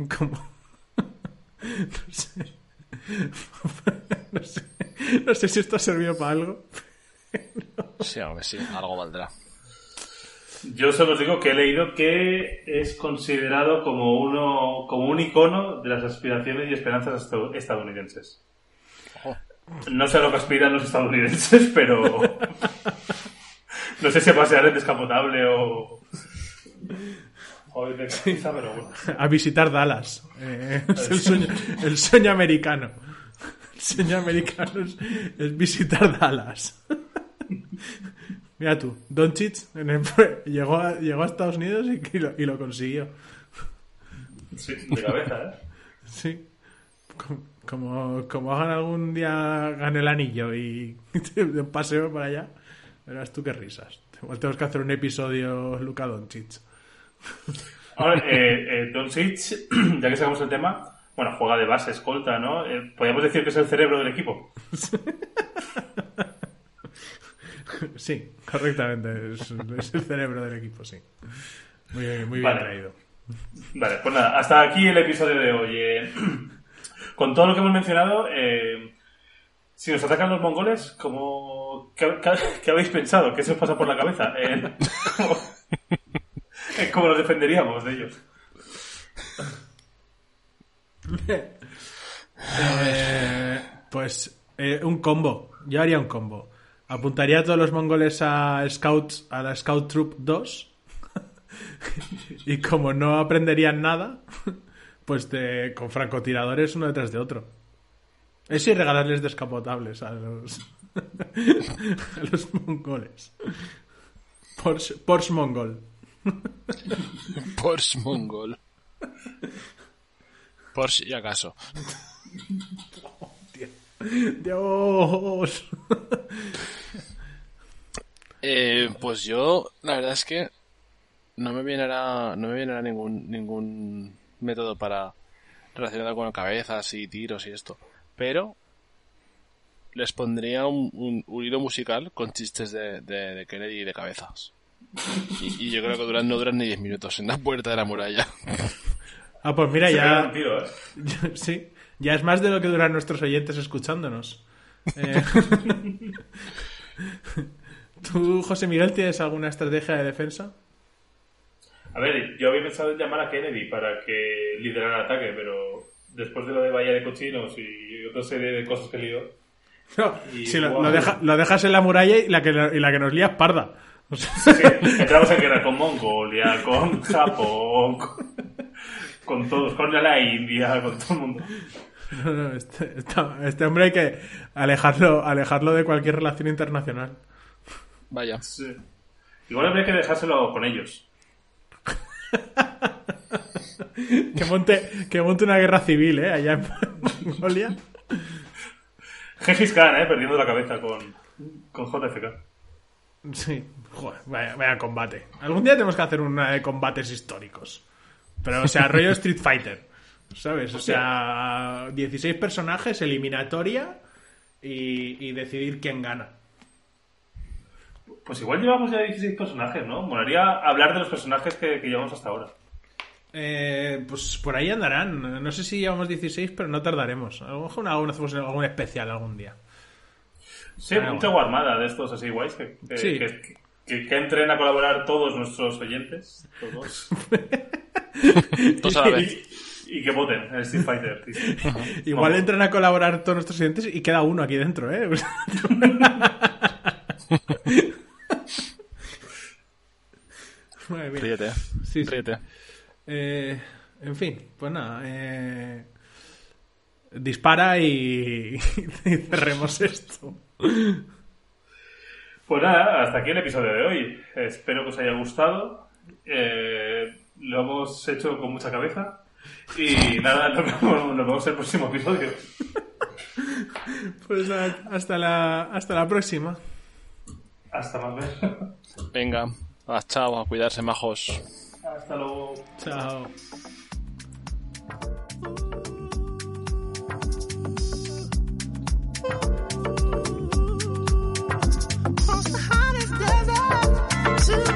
S1: No sé si esto ha servido para algo.
S3: Sí, hombre, sí, algo valdrá.
S2: Yo solo os digo que he leído que es considerado como un icono de las aspiraciones y esperanzas estadounidenses.
S3: Ojo.
S2: No sé a lo que aspiran los estadounidenses, pero no sé si a pasear en descapotable o ir de cabeza, pero bueno.
S1: A visitar Dallas. Es el sueño americano. El sueño americano es visitar Dallas. Mira tú, Doncic llegó a Estados Unidos y lo consiguió.
S2: Sí, de cabeza, ¿eh?
S1: Sí. Como hagan algún día, gane el anillo y de un paseo para allá, verás tú qué risas. Igual tenemos que hacer un episodio Luka Doncic.
S2: Ahora, Doncic, ya que sacamos el tema, bueno, juega de base, escolta, ¿no? Podríamos decir que es el cerebro del equipo.
S1: Sí, correctamente. Es el cerebro del equipo, sí. Muy bien
S2: Vale.
S1: traído.
S2: Vale, pues nada, hasta aquí el episodio de hoy. Con todo lo que hemos mencionado, si nos atacan los mongoles, ¿qué habéis pensado? ¿Qué se os pasa por la cabeza? ¿Cómo nos defenderíamos de ellos?
S1: Pues un combo. Yo haría un combo. Apuntaría a todos los mongoles a la Scout Troop 2 y como no aprenderían nada, pues con francotiradores uno detrás de otro. Eso y regalarles descapotables a los mongoles. Porsche mongol.
S3: Porsche mongol. Porsche y acaso.
S1: Dios.
S3: Pues yo, la verdad es que no me viene ningún método para relacionado con cabezas y tiros y esto, pero les pondría un hilo musical con chistes de Kennedy y de cabezas. Y yo creo que no duran ni 10 minutos en la puerta de la muralla.
S1: Ah, pues mira,
S2: Se
S1: ya...
S2: pega un tiro, ¿eh?
S1: Sí, ya es más de lo que duran nuestros oyentes escuchándonos. ¿Tú, José Miguel, tienes alguna estrategia de defensa?
S2: A ver, yo había pensado en llamar a Kennedy para que liderara el ataque, pero después de lo de Bahía de Cochinos y otra serie de cosas que lío...
S1: No,
S2: Y
S1: si
S2: wow.
S1: lo dejas en la muralla y la que nos lía es parda. O sea,
S2: Sí, entramos en guerra con Mongolia, con Japón, con todos, con la India, con todo el mundo.
S1: no, este hombre hay que alejarlo de cualquier relación internacional.
S3: Vaya.
S2: Sí. Igual habría que dejárselo con ellos.
S1: Que monte una guerra civil, allá en Mongolia.
S2: Gengis Khan, perdiendo la cabeza con JFK.
S1: Sí, joder, vaya combate. Algún día tenemos que hacer una de combates históricos. Pero, o sea, rollo Street Fighter, ¿sabes? O sea, 16 personajes, eliminatoria y decidir quién gana.
S2: Pues igual llevamos ya 16 personajes, ¿no? Molaría hablar de los personajes que llevamos hasta ahora.
S1: Pues por ahí andarán. No sé si llevamos 16, pero no tardaremos. A lo mejor hacemos algún especial algún día.
S2: Sí, un Tregua Armada de estos así guays que entren a colaborar todos nuestros oyentes. Todos.
S3: Todos a la vez.
S2: Y que voten en Street Fighter.
S1: Igual
S2: Vamos.
S1: entran a colaborar todos nuestros oyentes y queda uno aquí dentro, ¿eh? Muy bien.
S3: Ríete.
S1: Sí.
S3: Ríete.
S1: En fin, pues nada. Dispara y cerremos esto.
S2: Pues nada, hasta aquí el episodio de hoy. Espero que os haya gustado. Lo hemos hecho con mucha cabeza. Y nada, nos vemos en el próximo episodio.
S1: Pues nada, hasta la próxima.
S2: Hasta más ver.
S3: Venga. Chao, a cuidarse, majos.
S2: Hasta luego.
S1: Chao.
S4: Across the hottest desert to